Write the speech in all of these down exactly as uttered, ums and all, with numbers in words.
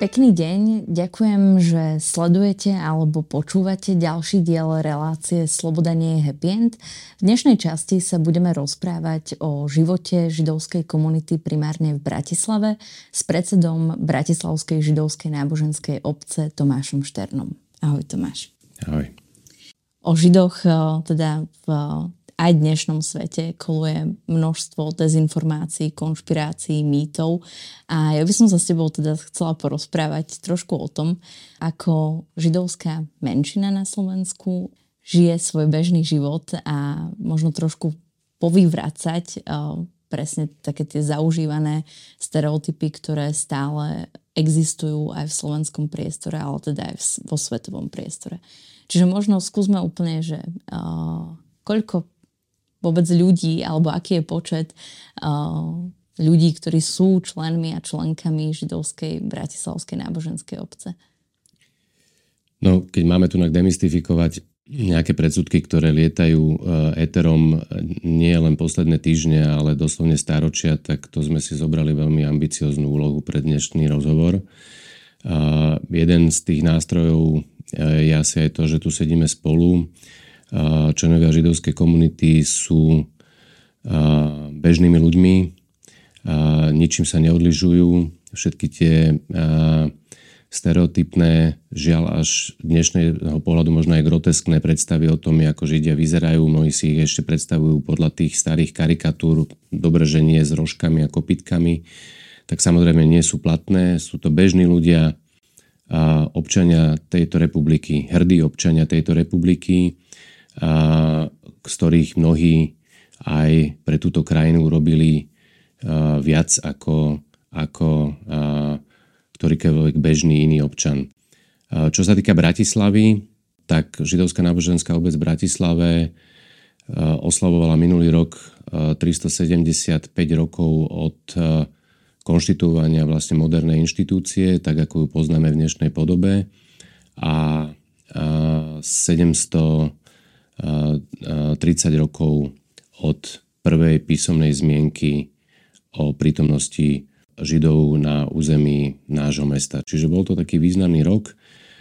Pekný deň, ďakujem, že sledujete alebo počúvate ďalší diel relácie Sloboda nie je happy end. V dnešnej časti sa budeme rozprávať o živote židovskej komunity primárne v Bratislave s predsedom Bratislavskej židovskej náboženskej obce Tomášom Šternom. Ahoj Tomáš. Ahoj. O Židoch teda v aj v dnešnom svete koluje množstvo dezinformácií, konšpirácií, mýtov a ja by som sa s tebou teda chcela porozprávať trošku o tom, ako židovská menšina na Slovensku žije svoj bežný život a možno trošku povyvracať uh, presne také tie zaužívané stereotypy, ktoré stále existujú aj v slovenskom priestore, ale teda aj vo svetovom priestore. Čiže možno skúsme úplne, že uh, koľko vôbec ľudí, alebo aký je počet uh, ľudí, ktorí sú členmi a členkami židovskej bratislavskej náboženskej obce? No, keď máme tu demystifikovať nejaké predsudky, ktoré lietajú uh, éterom nie len posledné týždne, ale doslovne stáročia, tak to sme si zobrali veľmi ambicióznu úlohu pre dnešný rozhovor. Uh, jeden z tých nástrojov uh, je asi aj to, že tu sedíme spolu. Členovia židovskej komunity sú bežnými ľuďmi, ničím sa neodlišujú. Všetky tie stereotypné, žiaľ až dnešného pohľadu možno aj groteskné predstavy o tom, ako Židia vyzerajú. Mnohí si ich ešte predstavujú podľa tých starých karikatúr, dobre, že nie s rožkami a kopytkami. Tak samozrejme nie sú platné. Sú to bežní ľudia, občania tejto republiky, hrdí občania tejto republiky, a z ktorých mnohí aj pre túto krajinu urobili viac ako, ako ktorýkoľvek bežný iný občan. Čo sa týka Bratislavy, tak židovská náboženská obec v Bratislave oslavovala minulý rok tristosedemdesiatpäť rokov od konštituovania vlastne modernej inštitúcie, tak ako ju poznáme v dnešnej podobe, a sedemsto tridsať rokov od prvej písomnej zmienky o prítomnosti Židov na území nášho mesta. Čiže bol to taký významný rok.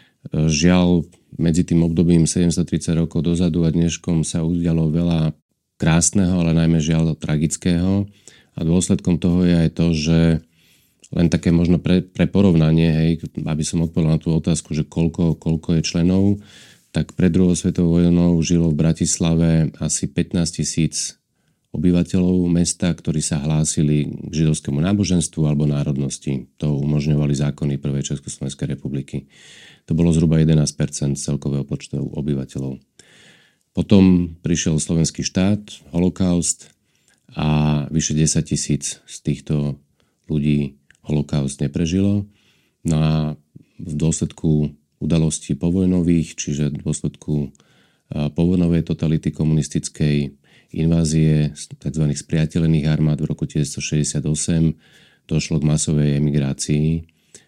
Žiaľ, medzi tým obdobím sedemstotridsať rokov dozadu a dneškom sa udialo veľa krásneho, ale najmä žiaľ tragického. A dôsledkom toho je aj to, že len také možno pre, pre porovnanie, hej, aby som odpovedal na tú otázku, že koľko, koľko je členov, tak pred druhou svetovou vojnou žilo v Bratislave asi pätnásť tisíc obyvateľov mesta, ktorí sa hlásili k židovskému náboženstvu alebo národnosti. To umožňovali zákony prvej Československej republiky. To bolo zhruba jedenásť percent celkového počtu obyvateľov. Potom prišiel slovenský štát, holokaust a vyše desať tisíc z týchto ľudí holokaust neprežilo. No a v dôsledku udalostí povojnových, čiže v dôsledku povojnovej totality komunistickej invázie tzv. Spriateľených armád v roku devätnásťstošesťdesiatosem došlo k masovej emigrácii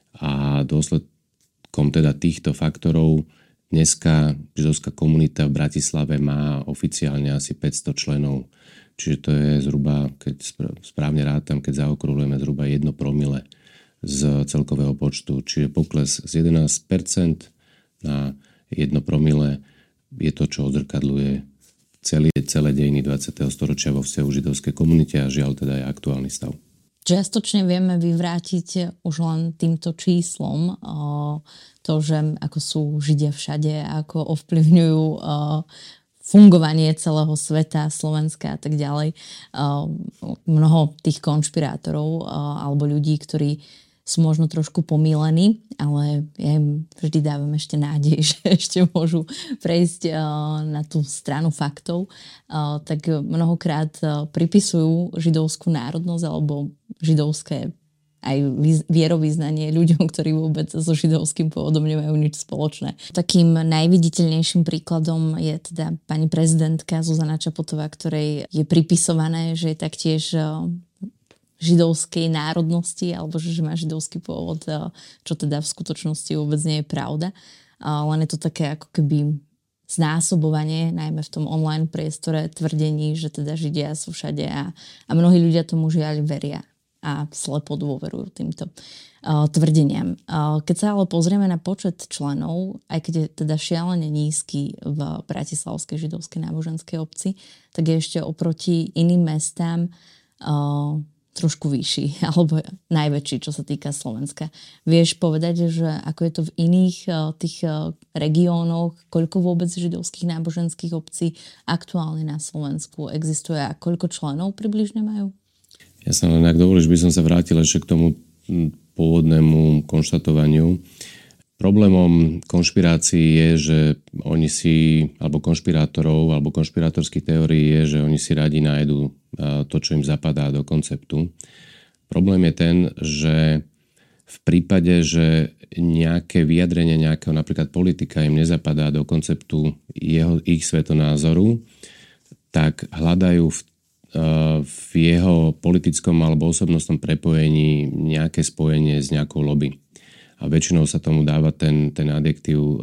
a dôsledkom teda týchto faktorov dneska židovská komunita v Bratislave má oficiálne asi päťsto členov. Čiže to je zhruba, keď správne rátam, keď zaokrúhlujeme, zhruba jedno promile z celkového počtu. Čiže pokles z jedenásť percent na jedno promile je to, čo odzrkadľuje celé, celé dejiny dvadsiateho storočia vo vzťahu židovskej komunite a žiaľ teda je aktuálny stav. Čiastočne vieme vyvrátiť už len týmto číslom o, to, že ako sú Židia všade, ako ovplyvňujú o, fungovanie celého sveta, Slovenska a tak ďalej. O, mnoho tých konšpirátorov o, alebo ľudí, ktorí sú možno trošku pomílení, ale ja im vždy dávam ešte nádej, že ešte môžu prejsť uh, na tú stranu faktov. Uh, tak mnohokrát uh, pripisujú židovskú národnosť alebo židovské aj vierovýznanie ľuďom, ktorí vôbec so židovským pôvodom nemajú nič spoločné. Takým najviditeľnejším príkladom je teda pani prezidentka Zuzana Čaputová, ktorej je pripisované, že je taktiež uh, židovskej národnosti alebo že má židovský pôvod, čo teda v skutočnosti vôbec nie je pravda. Len je to také ako keby znásobovanie, najmä v tom online priestore, tvrdení, že teda Židia sú všade a, a mnohí ľudia tomu žiaľ veria. a slepo dôverujú týmto uh, tvrdeniam. Uh, keď sa ale pozrieme na počet členov, aj keď je teda šialene nízky v bratislavskej židovskej náboženskej obci, tak je ešte oproti iným mestám uh, trošku vyšší, alebo najväčší, čo sa týka Slovenska. Vieš povedať, že ako je to v iných uh, tých uh, regiónoch, koľko vôbec židovských náboženských obcí aktuálne na Slovensku existuje a koľko členov približne majú? Ja sa len, ak dovolíš, by som sa vrátil ešte k tomu pôvodnému konštatovaniu. Problémom konšpirácií je, že oni si, alebo konšpirátorov, alebo konšpirátorských teórií je, že oni si radi nájdu to, čo im zapadá do konceptu. Problém je ten, že v prípade, že nejaké vyjadrenie nejakého napríklad politika im nezapadá do konceptu jeho, ich svetonázoru, tak hľadajú v, v jeho politickom alebo osobnostnom prepojení nejaké spojenie s nejakou lobby. A väčšinou sa tomu dáva ten, ten adjektív uh, uh,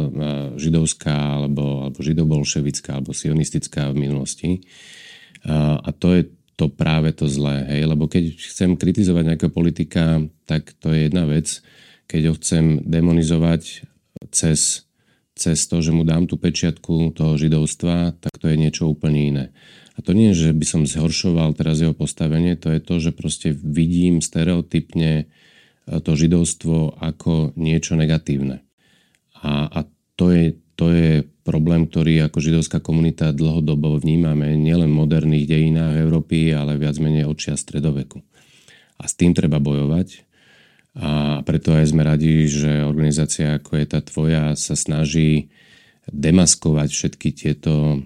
židovská alebo, alebo židobolševická alebo sionistická v minulosti. Uh, a to je to práve to zlé. Hej? Lebo keď chcem kritizovať nejakého politika, tak to je jedna vec. Keď ho chcem demonizovať cez, cez to, že mu dám tú pečiatku toho židovstva, tak to je niečo úplne iné. A to nie je, že by som zhoršoval teraz jeho postavenie, to je to, že proste vidím stereotypne to židovstvo ako niečo negatívne. A, a to, je, to je problém, ktorý ako židovská komunita dlhodobo vnímame nielen v moderných dejinách Európy, ale viac menej od čias stredoveku. A s tým treba bojovať. A preto aj sme radi, že organizácia ako je tá tvoja sa snaží demaskovať všetky tieto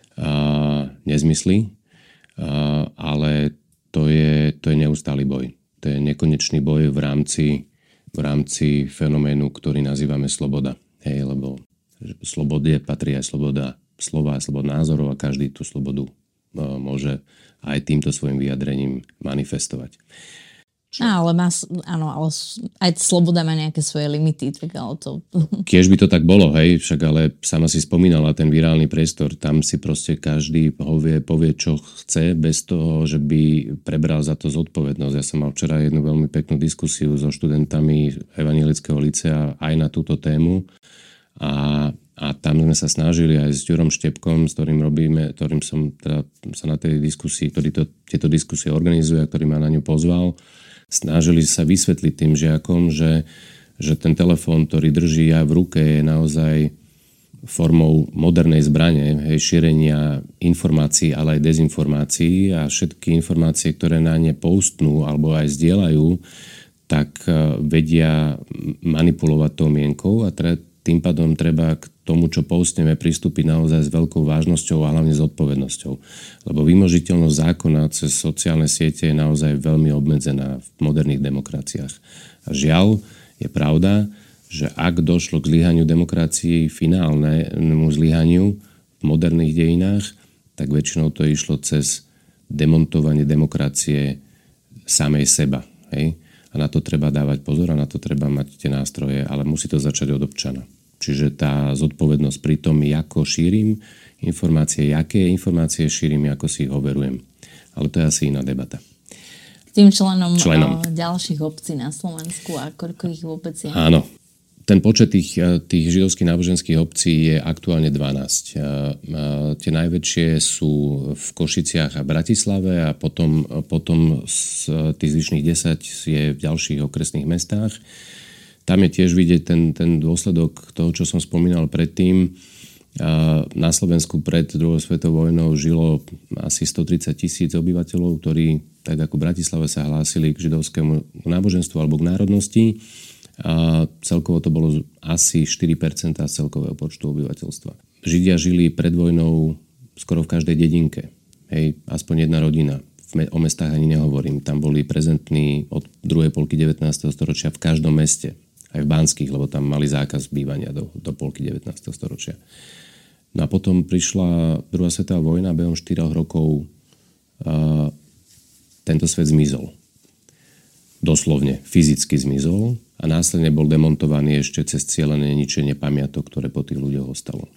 a, nezmysly, a, ale to je, to je neustály boj. To je nekonečný boj v rámci, v rámci fenoménu, ktorý nazývame sloboda. Hej, lebo slobode patrí aj sloboda slova, aj sloboda názorov a každý tú slobodu uh, môže aj týmto svojim vyjadrením manifestovať. Čo? Á, ale má, áno, ale aj sloboda má nejaké svoje limity, tak ale to... Kiež by to tak bolo, hej, však ale sama si spomínala ten virálny priestor, tam si proste každý povie, povie, čo chce, bez toho, že by prebral za to zodpovednosť. Ja som mal včera jednu veľmi peknú diskusiu so študentami Evangelického licea aj na túto tému a, a tam sme sa snažili aj s Ďurom Štepkom, s ktorým robíme, ktorým som teda sa na tej diskusii, ktorý to, tieto diskusie organizuje a ktorý ma na ňu pozval, snažili sa vysvetliť tým žiakom, že, že ten telefón, ktorý drží ja v ruke, je naozaj formou modernej zbrane, hej, šírenia informácií, ale aj dezinformácií a všetky informácie, ktoré na ne postnú alebo aj zdieľajú, tak vedia manipulovať tou mienkou a tre, tým pádom treba k tomu, čo postneme, pristúpiť naozaj s veľkou vážnosťou a hlavne s odpovednosťou. Lebo vymožiteľnosť zákona cez sociálne siete je naozaj veľmi obmedzená v moderných demokraciách. A žiaľ, je pravda, že ak došlo k zlyhaniu demokracii, finálnemu zlyhaniu v moderných dejinách, tak väčšinou to išlo cez demontovanie demokracie samej seba. Hej? A na to treba dávať pozor a na to treba mať tie nástroje, ale musí to začať od občana. Čiže tá zodpovednosť pri tom, ako šírim informácie, aké informácie šírim, ako si ich overujem. Ale to je asi iná debata. Tým členom, členom. ďalších obcí na Slovensku a koľko ich vôbec je? Áno. Ten počet tých, tých židovských náboženských obcí je aktuálne dvanásť. Tie najväčšie sú v Košiciach a Bratislave a potom, potom z tých zvyšných desať je v ďalších okresných mestách. Tam je tiež vidieť ten, ten dôsledok toho, čo som spomínal predtým. Na Slovensku pred druhou svetovou vojnou žilo asi stotridsať tisíc obyvateľov, ktorí, tak ako v Bratislave, sa hlásili k židovskému náboženstvu alebo k národnosti. A celkovo to bolo asi štyri percentá celkového počtu obyvateľstva. Židia žili pred vojnou skoro v každej dedinke. Hej, aspoň jedna rodina. O mestách ani nehovorím. Tam boli prezentní od druhej polky devätnásteho storočia v každom meste. Aj v Banských, lebo tam mali zákaz bývania do, do polky devätnásteho storočia. No a potom prišla druhá svetová vojna a behom štyroch rokov a, tento svet zmizol. Doslovne, fyzicky zmizol a následne bol demontovaný ešte cez cielené ničenie pamiatok, ktoré po tých ľuďoch ostalo.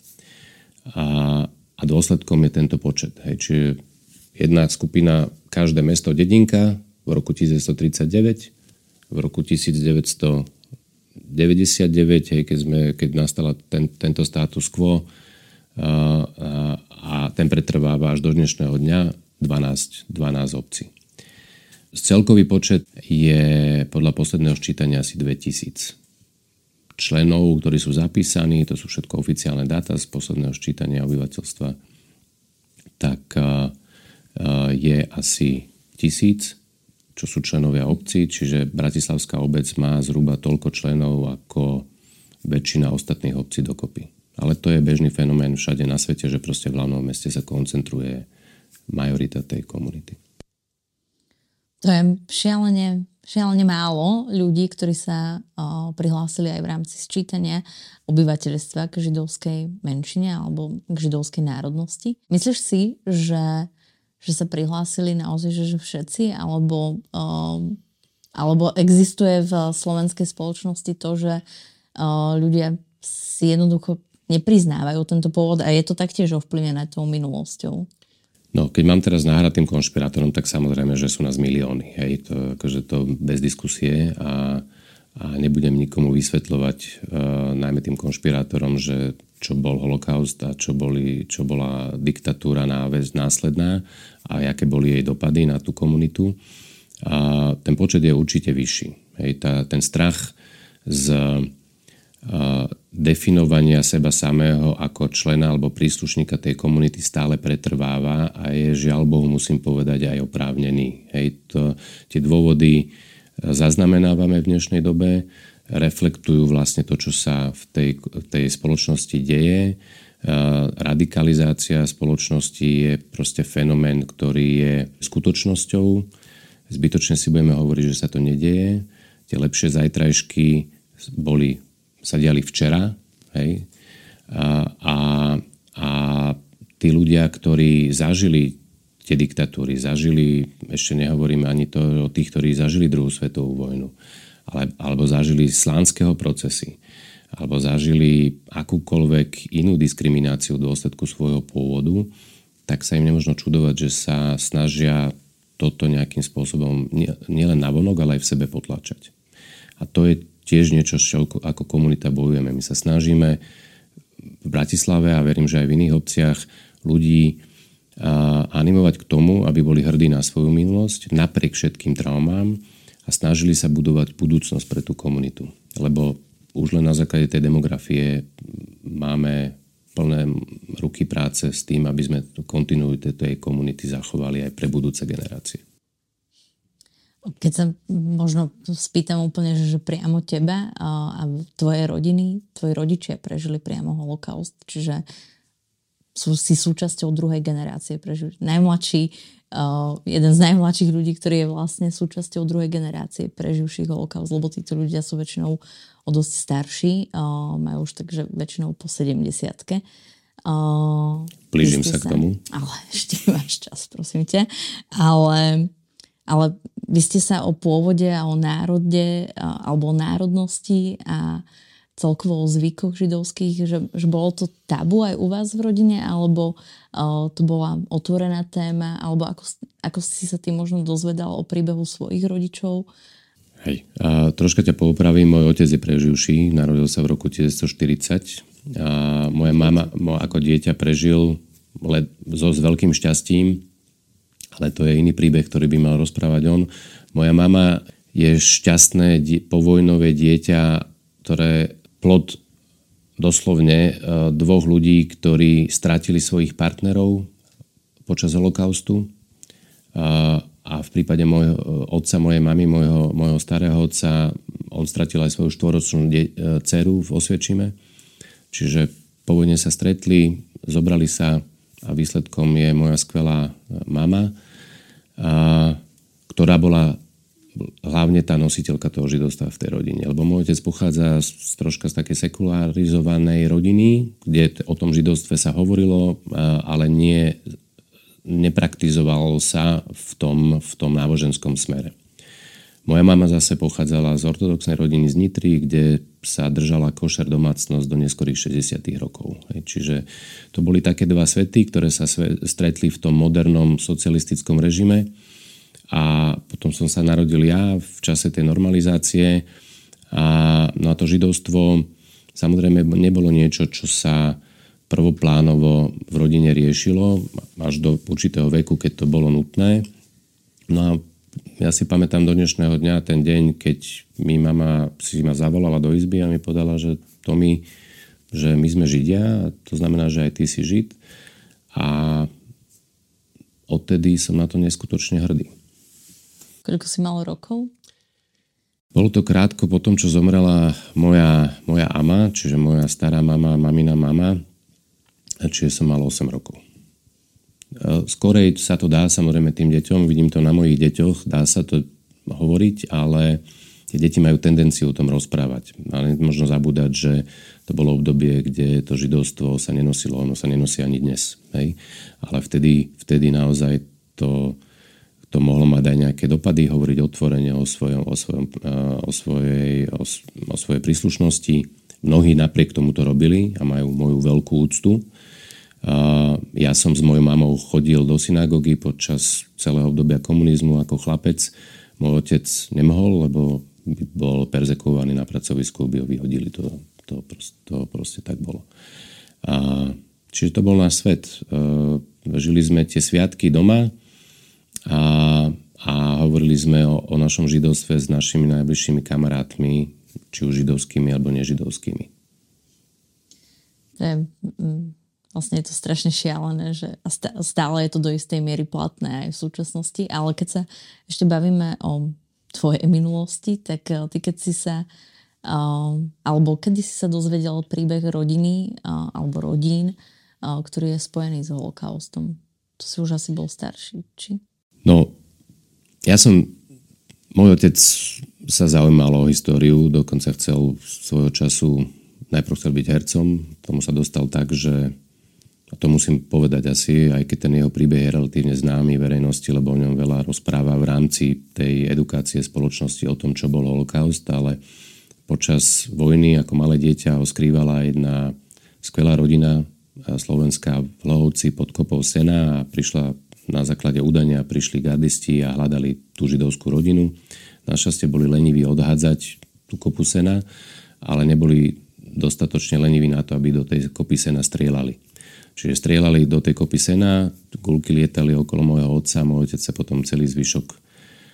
A, a dôsledkom je tento počet. Hej. Čiže jedna skupina, každé mesto, dedinka v roku devätnásťstotridsaťdeväť, v roku devätnásťstodeväťdesiatdeväť, hej, keď, sme, keď nastala ten, tento status quo, a, a, a ten pretrváva až do dnešného dňa dvanásť, dvanásť obcí. Celkový počet je podľa posledného ščítania asi dvetisíc členov, ktorí sú zapísaní, to sú všetko oficiálne dáta z posledného ščítania obyvateľstva, tak a, a, je asi tisíc, čo sú členovia obcí, čiže Bratislavská obec má zhruba toľko členov ako väčšina ostatných obcí dokopy. Ale to je bežný fenomén všade na svete, že proste v hlavnom meste sa koncentruje majorita tej komunity. To je šialene, šialene málo ľudí, ktorí sa o, prihlásili aj v rámci sčítania obyvateľstva k židovskej menšine alebo k židovskej národnosti. Myslíš si, že, že sa prihlásili naozaj že, že všetci? Alebo, o, alebo existuje v slovenskej spoločnosti to, že o, ľudia si jednoducho nepriznávajú tento pôvod a je to taktiež ovplyvnené tou minulosťou? No, keď mám teraz nahrať tým konšpirátorom, tak samozrejme, že sú nás milióny. Hej, to, akože to bez diskusie a, a nebudem nikomu vysvetľovať, uh, najmä tým konšpirátorom, že čo bol holokaust a čo, boli, čo bola diktatúra náväz následná a aké boli jej dopady na tú komunitu. A ten počet je určite vyšší. Hej, tá, ten strach z definovania seba samého ako člena alebo príslušníka tej komunity stále pretrváva a je, žiaľ Bohu, musím povedať, aj oprávnený. Hej, to, tie dôvody zaznamenávame v dnešnej dobe, reflektujú vlastne to, čo sa v tej, tej spoločnosti deje. Radikalizácia spoločnosti je proste fenomén, ktorý je skutočnosťou. Zbytočne si budeme hovoriť, že sa to nedieje. Tie lepšie zajtrajšky boli sa diali včera, hej, a, a, a tí ľudia, ktorí zažili tie diktatúry, zažili, ešte nehovoríme ani to o tých, ktorí zažili druhú svetovú vojnu, ale, alebo zažili slánskeho procesy, alebo zažili akúkoľvek inú diskrimináciu v dôsledku svojho pôvodu, tak sa im nemožno čudovať, že sa snažia toto nejakým spôsobom nielen navonok, ale aj v sebe potlačať. A to je tiež niečo, čo ako komunita bojujeme. My sa snažíme v Bratislave a verím, že aj v iných obciach ľudí animovať k tomu, aby boli hrdí na svoju minulosť, napriek všetkým traumám a snažili sa budovať budúcnosť pre tú komunitu. Lebo už len na základe tej demografie máme plné ruky práce s tým, aby sme kontinuitu tej komunity zachovali aj pre budúce generácie. Keď sa možno spýtam úplne, že, že priamo teba a, a tvoje rodiny, tvoji rodičia prežili priamo holokaust, čiže sú si súčasťou druhej generácie prežili. Najmladší, uh, jeden z najmladších ľudí, ktorý je vlastne súčasťou druhej generácie preživších holokaust, lebo títo ľudia sú väčšinou o dosť starší, uh, majú už takže väčšinou po sedemdesiatke. Uh, Blížim sa k tomu. Ale ešte máš čas, prosím ťa. Ale... Ale vy ste sa o pôvode a o národe alebo o národnosti a celkovo o zvykoch židovských, že, že bolo to tabu aj u vás v rodine, alebo uh, to bola otvorená téma, alebo ako, ako si sa ty možno dozvedal o príbehu svojich rodičov? Hej, a troška ťa poopravím, môj otec je preživší, narodil sa v roku devätnásťstoštyridsať a moja mama ako dieťa prežil le, so s veľkým šťastím. Ale to je iný príbeh, ktorý by mal rozprávať on. Moja mama je šťastné povojnové dieťa, ktoré plod doslovne dvoch ľudí, ktorí strátili svojich partnerov počas holokaustu. A v prípade môjho otca, mojej mamy, môjho, môjho starého otca, on stratil aj svoju štvoročnú dceru v Osviečime. Čiže po vojne sa stretli, zobrali sa a výsledkom je moja skvelá mama, a, ktorá bola hlavne tá nositeľka toho židovstva v tej rodine. Lebo môj otec pochádza z, troška z takej sekularizovanej rodiny, kde o tom židovstve sa hovorilo, a, ale nie, nepraktizovalo sa v tom, v tom náboženskom smere. Moja mama zase pochádzala z ortodoxnej rodiny z Nitry, kde sa držala košer domácnosť do neskorých šesťdesiatych rokov. Čiže to boli také dva svety, ktoré sa stretli v tom modernom socialistickom režime a potom som sa narodil ja v čase tej normalizácie a, no a to židovstvo samozrejme nebolo niečo, čo sa prvoplánovo v rodine riešilo až do určitého veku, keď to bolo nutné. No a ja si pamätám do dnešného dňa ten deň, keď mi mama si ma zavolala do izby a mi povedala, že Tomi, že my sme Židia, a to znamená, že aj ty si Žid. A odtedy som na to neskutočne hrdý. Koľko si mal rokov? Bolo to krátko po tom, čo zomrela moja, moja ama, čiže moja stará mama, mamina mama, čiže som mal osem rokov. Skorej sa to dá samozrejme tým deťom, vidím to na mojich deťoch, dá sa to hovoriť, ale tie deti majú tendenciu o tom rozprávať. Ale možno zabúdať, že to bolo obdobie, kde to židovstvo sa nenosilo, ono sa nenosí ani dnes. Hej? Ale vtedy, vtedy naozaj to, to mohlo mať aj nejaké dopady, hovoriť otvorene o, svojom, o, svojom, o, svojej, o, o svojej príslušnosti. Mnohí napriek tomu to robili a majú moju veľkú úctu. Ja som s mojou mamou chodil do synagógy počas celého obdobia komunizmu ako chlapec. Môj otec nemohol, lebo bol perzekovaný na pracovisku, by ho vyhodili. To, to, proste, to proste tak bolo. A, čiže to bol náš svet. Žili sme tie sviatky doma a, a hovorili sme o, o našom židovstve s našimi najbližšími kamarátmi, či už židovskými alebo nežidovskými. To je... Mm. Vlastne je to strašne šialené, že stále je to do istej miery platné aj v súčasnosti, ale keď sa ešte bavíme o tvojej minulosti, tak ty keď si sa, alebo kedy si sa dozvedel príbeh rodiny alebo rodín, ktorý je spojený s holokaustom? To si už asi bol starší, či? No, ja som, môj otec sa zaujímal o históriu, dokonca chcel svojho času, najprv chcel byť hercom, tomu sa dostal tak, že a to musím povedať asi, aj keď ten jeho príbeh je relatívne známy verejnosti, lebo o ňom veľa rozpráva v rámci tej edukácie spoločnosti o tom, čo bol holokaust, ale počas vojny ako malé dieťa ho skrývala jedna skvelá rodina slovenská v Hlohovci pod kopou sena a prišla na základe údania, prišli gardisti a hľadali tú židovskú rodinu. Našťastie boli leniví odhádzať tú kopu sena, ale neboli dostatočne leniví na to, aby do tej kopy sena strieľali. Čiže strieľali do tej kopy sena, guľky lietali okolo môjho otca, môj otec sa potom celý zvyšok uh,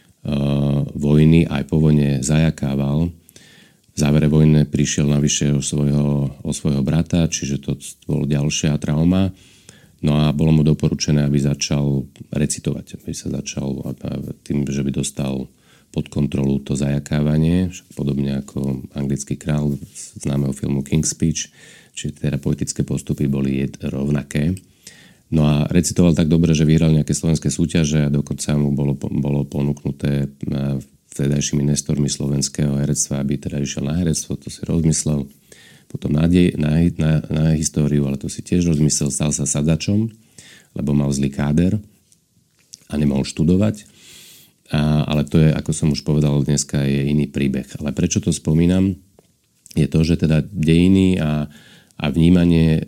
vojny aj po vojne zajakával. V závere vojny prišiel navyše o svojho, o svojho brata, čiže to bol ďalšia trauma. No a bolo mu doporučené, aby začal recitovať, aby sa začal tým, že by dostal pod kontrolu to zajakávanie, podobne ako anglický král z známeho filmu King's Speech, čiže teda poetické postupy boli rovnaké. No a recitoval tak dobre, že vyhral nejaké slovenské súťaže a dokonca mu bolo, bolo ponúknuté vtedajšími nestormi slovenského herectva, aby teda išiel na herectvo, to si rozmyslel. Potom na, na, na, na históriu, ale to si tiež rozmyslel, stal sa sadzačom, lebo mal zlý káder a nemohol študovať. A, ale to je, ako som už povedal, dneska je iný príbeh. Ale prečo to spomínam? Je to, že teda dejiny a, a vnímanie e,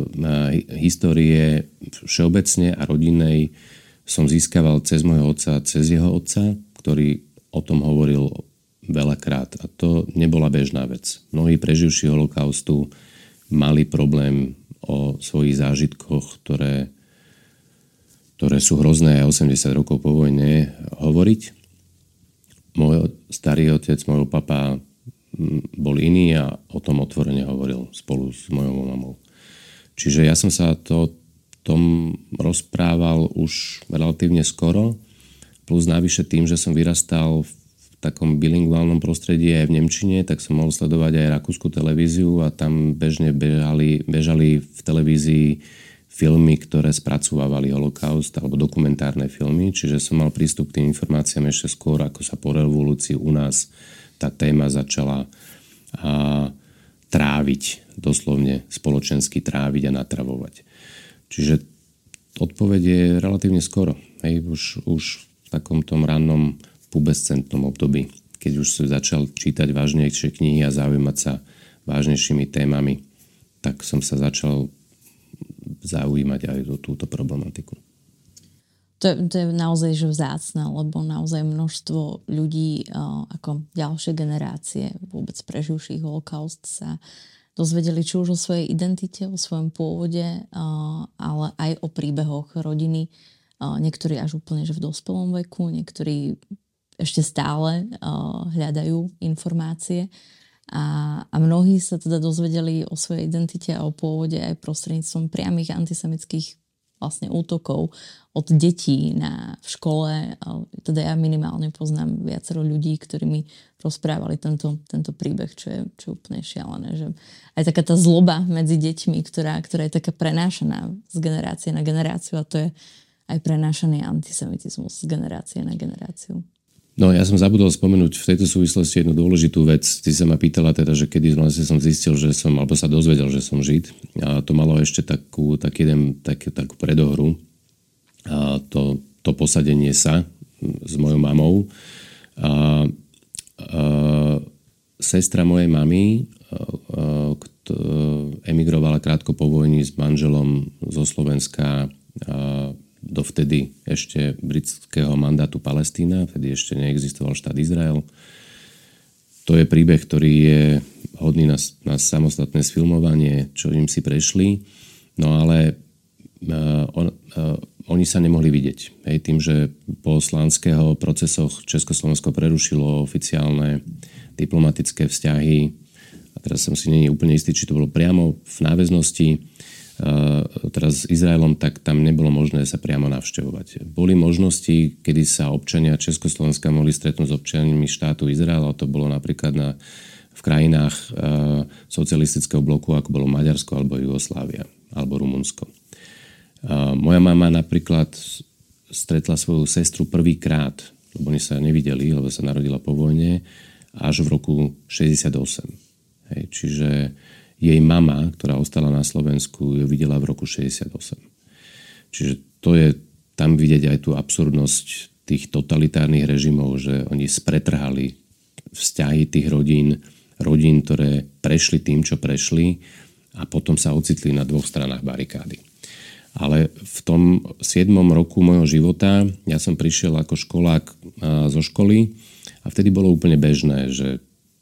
histórie všeobecne a rodinnej som získaval cez môjho otca, cez jeho otca, ktorý o tom hovoril veľakrát. A to nebola bežná vec. Mnohí preživší holokaustu mali problém o svojich zážitkoch, ktoré ktoré sú hrozné aj osemdesiat rokov po vojne, hovoriť. Môj starý otec, môj papa bol iný a o tom otvorene hovoril spolu s mojou mamou. Čiže ja som sa to tom rozprával už relatívne skoro, plus navyše tým, že som vyrastal v takom bilingválnom prostredí aj v nemčine, tak som mohol sledovať aj rakúsku televíziu a tam bežne bežali, bežali v televízii filmy, ktoré spracovávali holokaust alebo dokumentárne filmy, čiže som mal prístup k tým informáciám ešte skôr, ako sa po revolúcii u nás tá téma začala a, tráviť, doslovne spoločensky tráviť a natravovať. Čiže odpoveď je relatívne skoro, hej, už, už v takom tom rannom pubescentnom období, keď už som začal čítať vážnejšie knihy a zaujímať sa vážnejšími témami, tak som sa začal zaujímať aj o túto problematiku. To, to je naozaj že vzácne, lebo naozaj množstvo ľudí uh, ako ďalšie generácie vôbec preživších holokaust sa dozvedeli či už o svojej identite, o svojom pôvode, uh, ale aj o príbehoch rodiny. Uh, niektorí až úplne že v dospelom veku, niektorí ešte stále uh, hľadajú informácie. A, a mnohí sa teda dozvedeli o svojej identite a o pôvode aj prostredníctvom priamych antisemických vlastne útokov od detí na, v škole. Teda ja minimálne poznám viacero ľudí, ktorí mi rozprávali tento, tento príbeh, čo je, čo je úplne šialené. Že aj taká tá zloba medzi deťmi, ktorá, ktorá je taká prenášaná z generácie na generáciu, a to je aj prenášaný antisemitizmus z generácie na generáciu. No ja som zabudol spomenúť v tejto súvislosti jednu dôležitú vec. Ty sa ma pýtala teda, že kedy vlastne som zistil, že som, alebo sa dozvedel, že som Žid. A to malo ešte takú, tak jeden, tak, takú predohru. A to, to posadenie sa s mojou mamou. A, a, sestra mojej mamy a, a, emigrovala krátko po vojni s manželom zo Slovenska a, dovtedy ešte britského mandátu Palestína, vtedy ešte neexistoval štát Izrael. To je príbeh, ktorý je hodný na, na samostatné sfilmovanie, čo im si prešli, no ale uh, on, uh, oni sa nemohli vidieť. Hej, tým, že po slánského procesoch Československo prerušilo oficiálne diplomatické vzťahy, a teraz som si nie úplne istý, či to bolo priamo v náväznosti Uh, teraz s Izraelom, tak tam nebolo možné sa priamo navštevovať. Boli možnosti, kedy sa občania Československa mohli stretnúť s občanmi štátu Izrael, a to bolo napríklad na, v krajinách uh, socialistického bloku, ako bolo Maďarsko, alebo Jugoslávia, alebo Rumunsko. Uh, moja mama napríklad stretla svoju sestru prvýkrát, lebo oni sa nevideli, lebo sa narodila po vojne, až v roku šesťdesiatosem. Hej, čiže jej mama, ktorá ostala na Slovensku, ju videla v roku šesťdesiatosem. Čiže to je tam vidieť aj tú absurdnosť tých totalitárnych režimov, že oni spretrhali vzťahy tých rodín, rodín, ktoré prešli tým, čo prešli, a potom sa ocitli na dvoch stranách barikády. Ale v tom siedmom roku môjho života ja som prišiel ako školák zo školy a vtedy bolo úplne bežné, že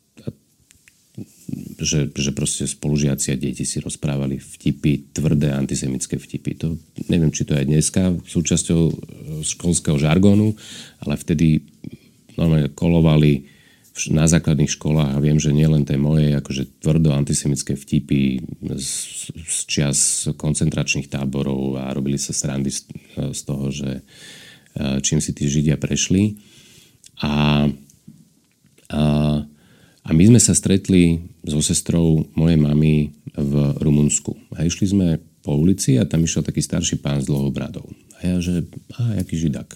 Že, že proste spolužiaci a deti si rozprávali vtipy, tvrdé antisemické vtipy. To, neviem, či to je dneska súčasťou školského žargónu, ale vtedy normálne kolovali na základných školách, a viem, že nielen tie moje akože tvrdo antisemické vtipy z, z čias koncentračných táborov, a robili sa srandy z, z toho, že čím si tí Židia prešli. A, a A my sme sa stretli so sestrou mojej mamy v Rumunsku. A išli sme po ulici a tam išiel taký starší pán s dlhou bradou. A ja, že, á, jaký Židák.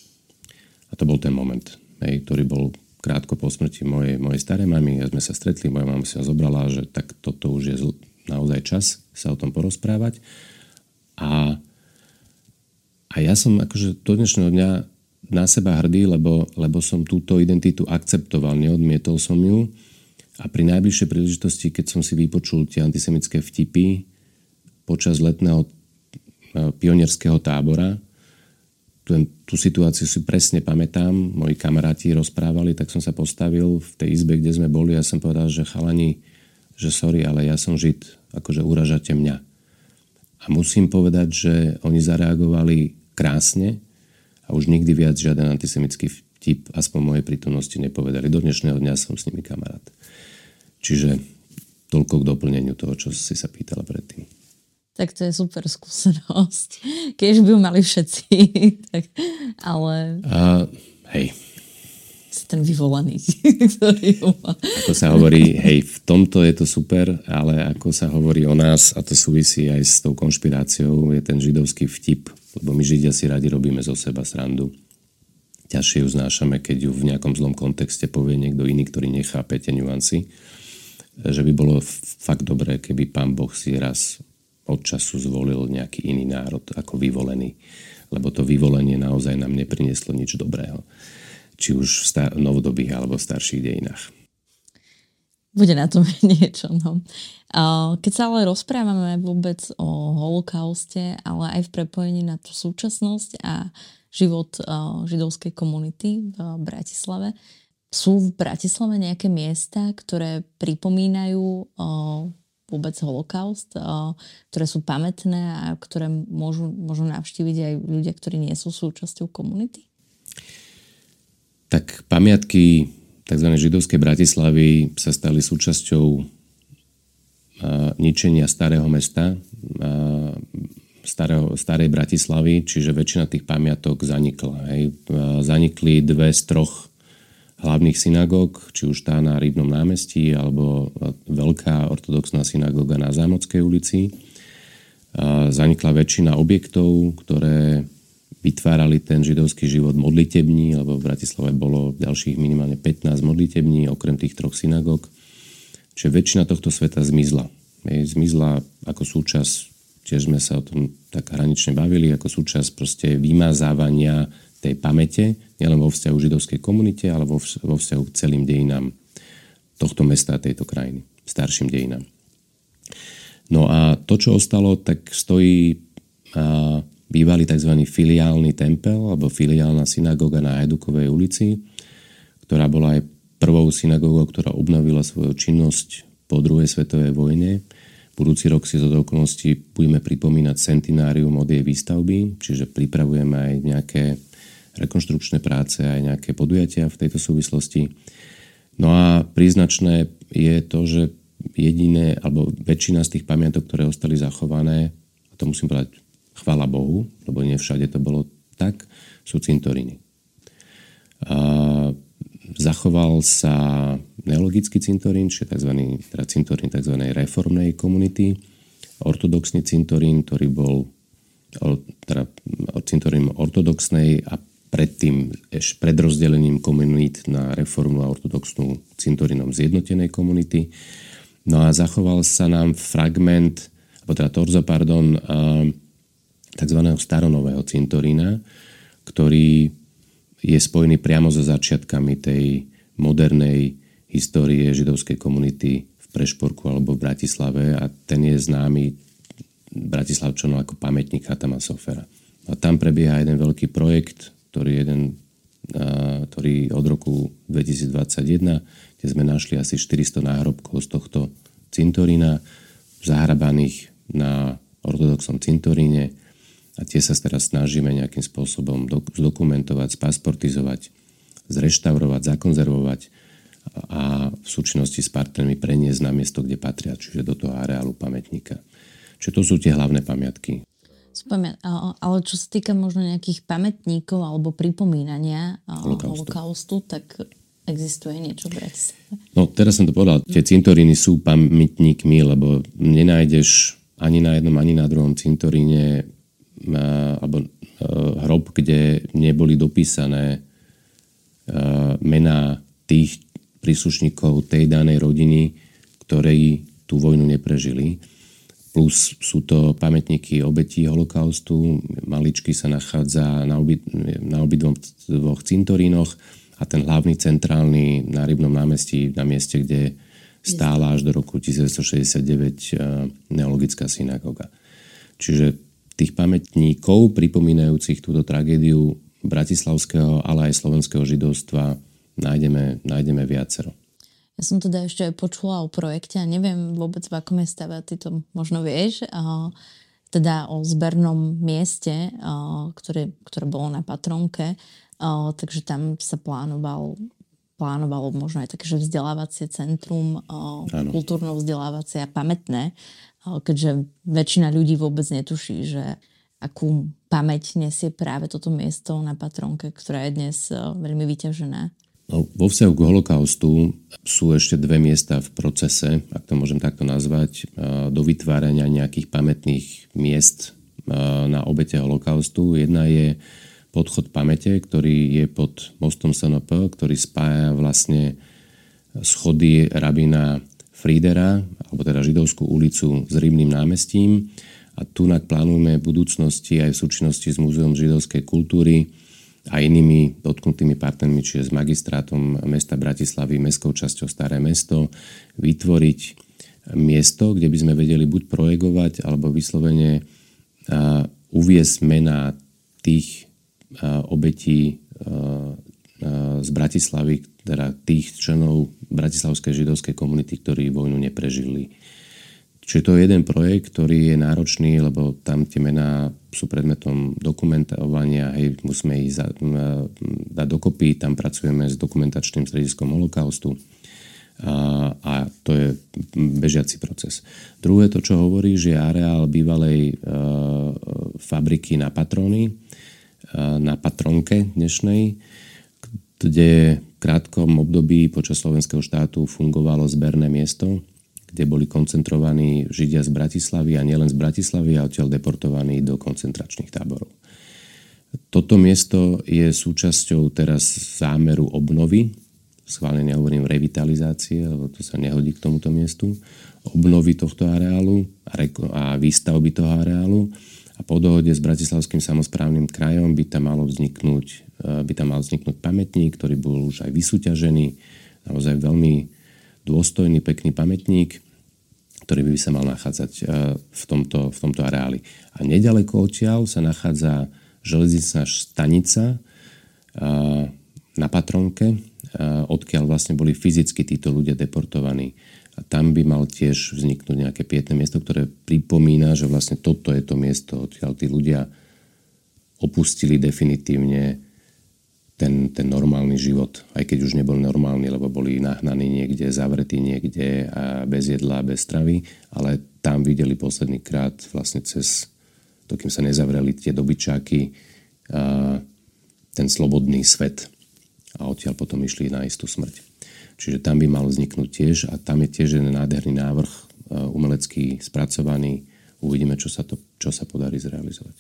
A to bol ten moment, hej, ktorý bol krátko po smrti mojej, mojej starej mamy. A sme sa stretli, moja mama si ho zobrala, že tak toto už je naozaj čas sa o tom porozprávať. A, a ja som akože do dnešného dňa na seba hrdý, lebo, lebo som túto identitu akceptoval, neodmietol som ju, a pri najbližšej príležitosti, keď som si vypočul tie antisemické vtipy počas letného pionierského tábora, ten, tú situáciu si presne pamätám, moji kamaráti rozprávali, tak som sa postavil v tej izbe, kde sme boli, a som povedal, že chalani, že sorry, ale ja som Žid, akože uražate mňa. A musím povedať, že oni zareagovali krásne, a už nikdy viac žiaden antisemický vtip, aspoň mojej prítomnosti, nepovedali. Do dnešného dňa som s nimi kamarát. Čiže toľko k doplneniu toho, čo si sa pýtala predtým. Tak to je super skúsenosť. Keď by ju mali všetci. tak, ale... A, hej. Si ten vyvolaný. ktorý má. Ako sa hovorí, hej, v tomto je to super, ale ako sa hovorí o nás, a to súvisí aj s tou konšpiráciou, je ten židovský vtip, lebo my Židia si radi robíme zo seba srandu. Ťažšie ju znášame, keď ju v nejakom zlom kontexte povie niekto iný, ktorý nechápe tie nuancy. Že by bolo fakt dobré, keby Pán Boh si raz od času zvolil nejaký iný národ ako vyvolený. Lebo to vyvolenie naozaj nám neprinieslo nič dobrého. Či už v star- novodobých alebo v starších dejinách. bude na tom niečo. No. Keď sa ale rozprávame vôbec o holokauste, ale aj v prepojení na tú súčasnosť a život židovskej komunity v Bratislave, sú v Bratislave nejaké miesta, ktoré pripomínajú vôbec holokaust, ktoré sú pamätné a ktoré môžu, môžu navštíviť aj ľudia, ktorí nie sú súčasťou komunity? Tak pamiatky tzv. Židovskej Bratislavy sa stali súčasťou ničenia starého mesta, starého, starej Bratislavy, čiže väčšina tých pamiatok zanikla. Hej. Zanikli dve z troch hlavných synagóg, či už tá na Rybnom námestí, alebo veľká ortodoxná synagóga na Zámockej ulici. Zanikla väčšina objektov, ktoré vytvárali ten židovský život modlitební, lebo v Bratislave bolo ďalších minimálne pätnásť modlitební, okrem tých troch synagóg. Čiže väčšina tohto sveta zmizla. Zmizla ako súčasť, tiež sme sa o tom tak hranične bavili, ako súčasť proste vymazávania tej pamäte, nielen vo vzťahu židovskej komunite, ale vo, vo vzťahu k celým dejinám tohto mesta a tejto krajiny, starším dejinám. No a to, čo ostalo, tak stojí a, bývalý tzv. Filiálny tempel, alebo filiálna synagóga na Hajdukovej ulici, ktorá bola aj prvou synagógou, ktorá obnovila svoju činnosť po druhej svetovej vojne. Budúci rok si zo okolností budeme pripomínať centenárium od jej výstavby, čiže pripravujeme aj nejaké rekonštrukčné práce, aj nejaké podujatia v tejto súvislosti. No a príznačné je to, že jediné, alebo väčšina z tých pamiatok, ktoré ostali zachované, a to musím povedať chvála Bohu, lebo nie všade to bolo tak, sú cintoríny. A zachoval sa neologický cintorín, čiže tzv. Teda cintorín tzv. Reformnej komunity, ortodoxný cintorín, ktorý bol teda cintorín ortodoxnej a predtým ešte pred rozdelením komunít na reformnú a ortodoxnú cintorínom zjednotenej komunity. No a zachoval sa nám fragment, alebo teda torzo, pardon, tzv. Staronového cintorína, ktorý je spojený priamo so začiatkami tej modernej histórie židovskej komunity v Prešporku alebo v Bratislave a ten je známy Bratislavčanom ako pamätník Chatama Sofera. A tam prebieha jeden veľký projekt, ktorý, jeden, a, ktorý od roku dvetisícdvadsaťjeden, kde sme našli asi štyristo náhrobkov z tohto cintorína zahrabaných na ortodoxnom cintoríne a tie sa teraz snažíme nejakým spôsobom zdokumentovať, spasportizovať, zreštaurovať, zakonzervovať a v súčinnosti s partnermi preniesť na miesto, kde patria, čiže do toho areálu pamätníka. Čiže to sú tie hlavné pamiatky. Spomia- ale čo sa týka možno nejakých pamätníkov alebo pripomínania holokaustu, holokaustu tak existuje niečo v Bratislave? No teraz som to povedal, tie cintoríny sú pamätníkmi, lebo nenájdeš ani na jednom, ani na druhom cintoríne alebo hrob, kde neboli dopísané mená tých príslušníkov tej danej rodiny, ktorí tú vojnu neprežili. Plus sú to pamätníky obetí holokaustu. Maličky sa nachádza na, obi, na obidvoch dvoch cintorínoch a ten hlavný centrálny na Rybnom námestí, na mieste, kde stála až do roku devätnásťstošesťdesiatdeväť neologická synagóga. Čiže tých pamätníkov pripomínajúcich túto tragédiu bratislavského, ale aj slovenského židovstva nájdeme, nájdeme viacero. Ja som teda ešte aj počula o projekte a neviem vôbec, v akom je stave, ty to možno vieš, a teda o zbernom mieste, a ktoré, ktoré bolo na Patrónke, a takže tam sa plánoval, plánovalo možno aj také, že vzdelávacie centrum, kultúrno-vzdelávacie a pamätné, a keďže väčšina ľudí vôbec netuší, že akú pamäť nesie práve toto miesto na Patrónke, ktorá je dnes veľmi vyťažená. No, vo vzťahu k holokaustu sú ešte dve miesta v procese, ak to môžem takto nazvať, do vytvárania nejakých pamätných miest na obete holokaustu. Jedna je podchod pamäte, ktorý je pod mostom es en pé, ktorý spája vlastne schody rabína Friedera, alebo teda Židovskú ulicu s Rybným námestím. A tunak plánujeme v budúcnosti aj v súčinnosti s Múzeom židovskej kultúry a inými dotknutými partnermi, čiže s magistrátom mesta Bratislavy, mestskou časťou Staré mesto, vytvoriť miesto, kde by sme vedeli buď projekovať, alebo vyslovene uh, uviesť mená tých uh, obetí uh, uh, z Bratislavy, teda tých členov bratislavskej židovskej komunity, ktorí vojnu neprežili. Čiže to je jeden projekt, ktorý je náročný, lebo tam tie mená sú predmetom dokumentovania, hej, musíme ich za, dať dokopy, tam pracujeme s dokumentačným strediskom holokaustu a, a to je bežiaci proces. Druhé, to, čo hovorí, že je areál bývalej e, fabriky na patróny, e, na patronke dnešnej, kde v krátkom období počas slovenského štátu fungovalo zberné miesto, kde boli koncentrovaní Židia z Bratislavy a nielen z Bratislavy a odtiaľ deportovaní do koncentračných táborov. Toto miesto je súčasťou teraz zámeru obnovy, schválne hovorím revitalizácie, lebo to sa nehodí k tomuto miestu, obnovy tohto areálu a, reko- a výstavby toho areálu a po dohode s Bratislavským samosprávnym krajom by tam malo vzniknúť, by tam mal vzniknúť pamätník, ktorý bol už aj vysúťažený, naozaj veľmi dôstojný, pekný pamätník, ktorý by sa mal nachádzať v tomto, v tomto areáli. A nedaleko odtiaľ sa nachádza železničná stanica na Patronke, odkiaľ vlastne boli fyzicky títo ľudia deportovaní. A tam by mal tiež vzniknúť nejaké pietné miesto, ktoré pripomína, že vlastne toto je to miesto, odkiaľ tí ľudia opustili definitívne Ten, ten normálny život, aj keď už nebol normálny, lebo boli nahnaní niekde, zavretí niekde a bez jedla, bez stravy, ale tam videli posledný krát vlastne cez to, kým sa nezavreli tie dobyčáky, a ten slobodný svet. A odtiaľ potom išli na istú smrť. Čiže tam by mal vzniknúť tiež a tam je tiež jeden nádherný návrh umelecký spracovaný. Uvidíme, čo sa, to, čo sa podarí zrealizovať.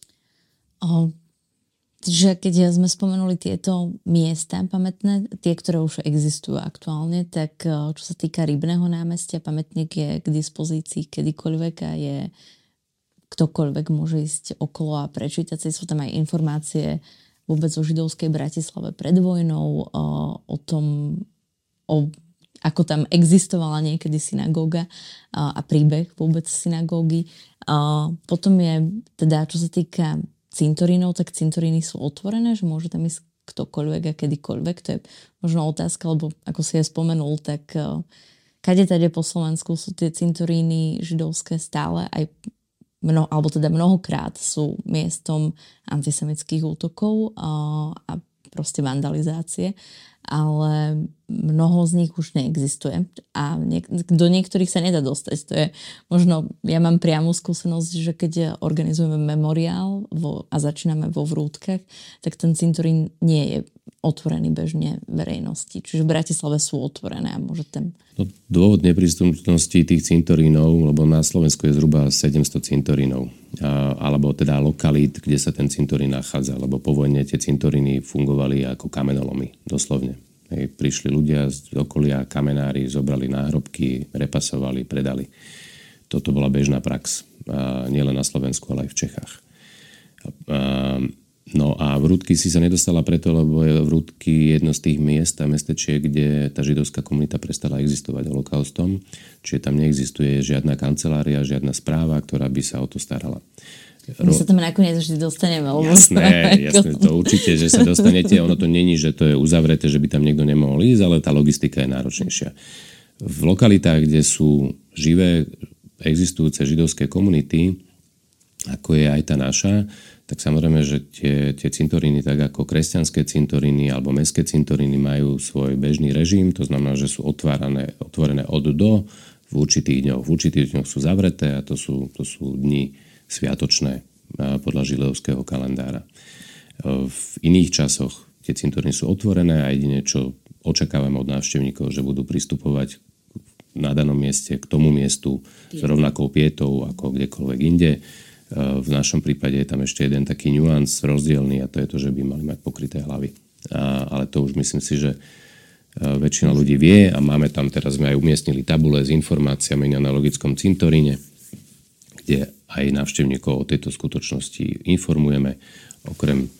Oh. Čiže keď sme spomenuli tieto miesta pamätné, tie, ktoré už existujú aktuálne, tak čo sa týka Rybného námestia, pamätník je k dispozícii kedykoľvek a je ktokoľvek môže ísť okolo a prečítať si. Sú tam aj informácie vôbec o židovskej Bratislave pred vojnou, o, o tom, o, ako tam existovala niekedy synagóga a, a príbeh vôbec synagógy. A potom je teda, čo sa týka cintorínov, tak cintoríny sú otvorené, že môže tam ísť ktokoľvek a kedykoľvek. To je možno otázka, lebo ako si je spomenul, tak uh, kade tade po Slovensku sú tie cintoríny židovské stále aj mnoho, alebo teda mnohokrát sú miestom antisemických útokov uh, a proste vandalizácie, ale mnoho z nich už neexistuje a niek- do niektorých sa nedá dostať. To je možno, ja mám priamu skúsenosť, že keď organizujeme memoriál vo, a začíname vo Vrútkach, tak ten cintorín nie je otvorený bežne verejnosti. Čiže v Bratislave sú otvorené a môžete... No, dôvod neprístupnosti tých cintorínov, lebo na Slovensku je zhruba sedemsto cintorínov, a, alebo teda lokalít, kde sa ten cintorín nachádza, lebo po vojne tie cintoríny fungovali ako kamenolomy, doslovne. Hej, prišli ľudia z okolia, kamenári, zobrali náhrobky, repasovali, predali. Toto bola bežná prax, a nielen na Slovensku, ale aj v Čechách. A, no a Vrútky si sa nedostala preto, lebo je Vrútky jedno z tých miest a mestečiek, kde tá židovská komunita prestala existovať holokaustom, čiže tam neexistuje žiadna kancelária, žiadna správa, ktorá by sa o to starala. My sa tam nakoniec vždy dostaneme. Jasné, jasné, to určite, že sa dostanete. Ono to není, že to je uzavreté, že by tam niekto nemohol ísť, ale tá logistika je náročnejšia. V lokalitách, kde sú živé, existujúce židovské komunity, ako je aj tá naša, tak samozrejme, že tie, tie cintoríny, tak ako kresťanské cintoríny alebo mestské cintoríny majú svoj bežný režim, to znamená, že sú otvárané, otvorené od do v určitých dňoch. V určitých dňoch sú zavreté a to sú, to sú dni sviatočné podľa židovského kalendára. V iných časoch tie cintoríny sú otvorené a jedine, čo očakávame od návštevníkov, že budú pristupovať na danom mieste k tomu miestu s rovnakou pietou ako kdekoľvek inde. V našom prípade je tam ešte jeden taký nuans rozdielný a to je to, že by mali mať pokryté hlavy. A, ale to už myslím si, že väčšina ľudí vie a máme tam, teraz sme aj umiestnili tabule s informáciami na analogickom cintoríne, kde aj návštevníkov o tejto skutočnosti informujeme. Okrem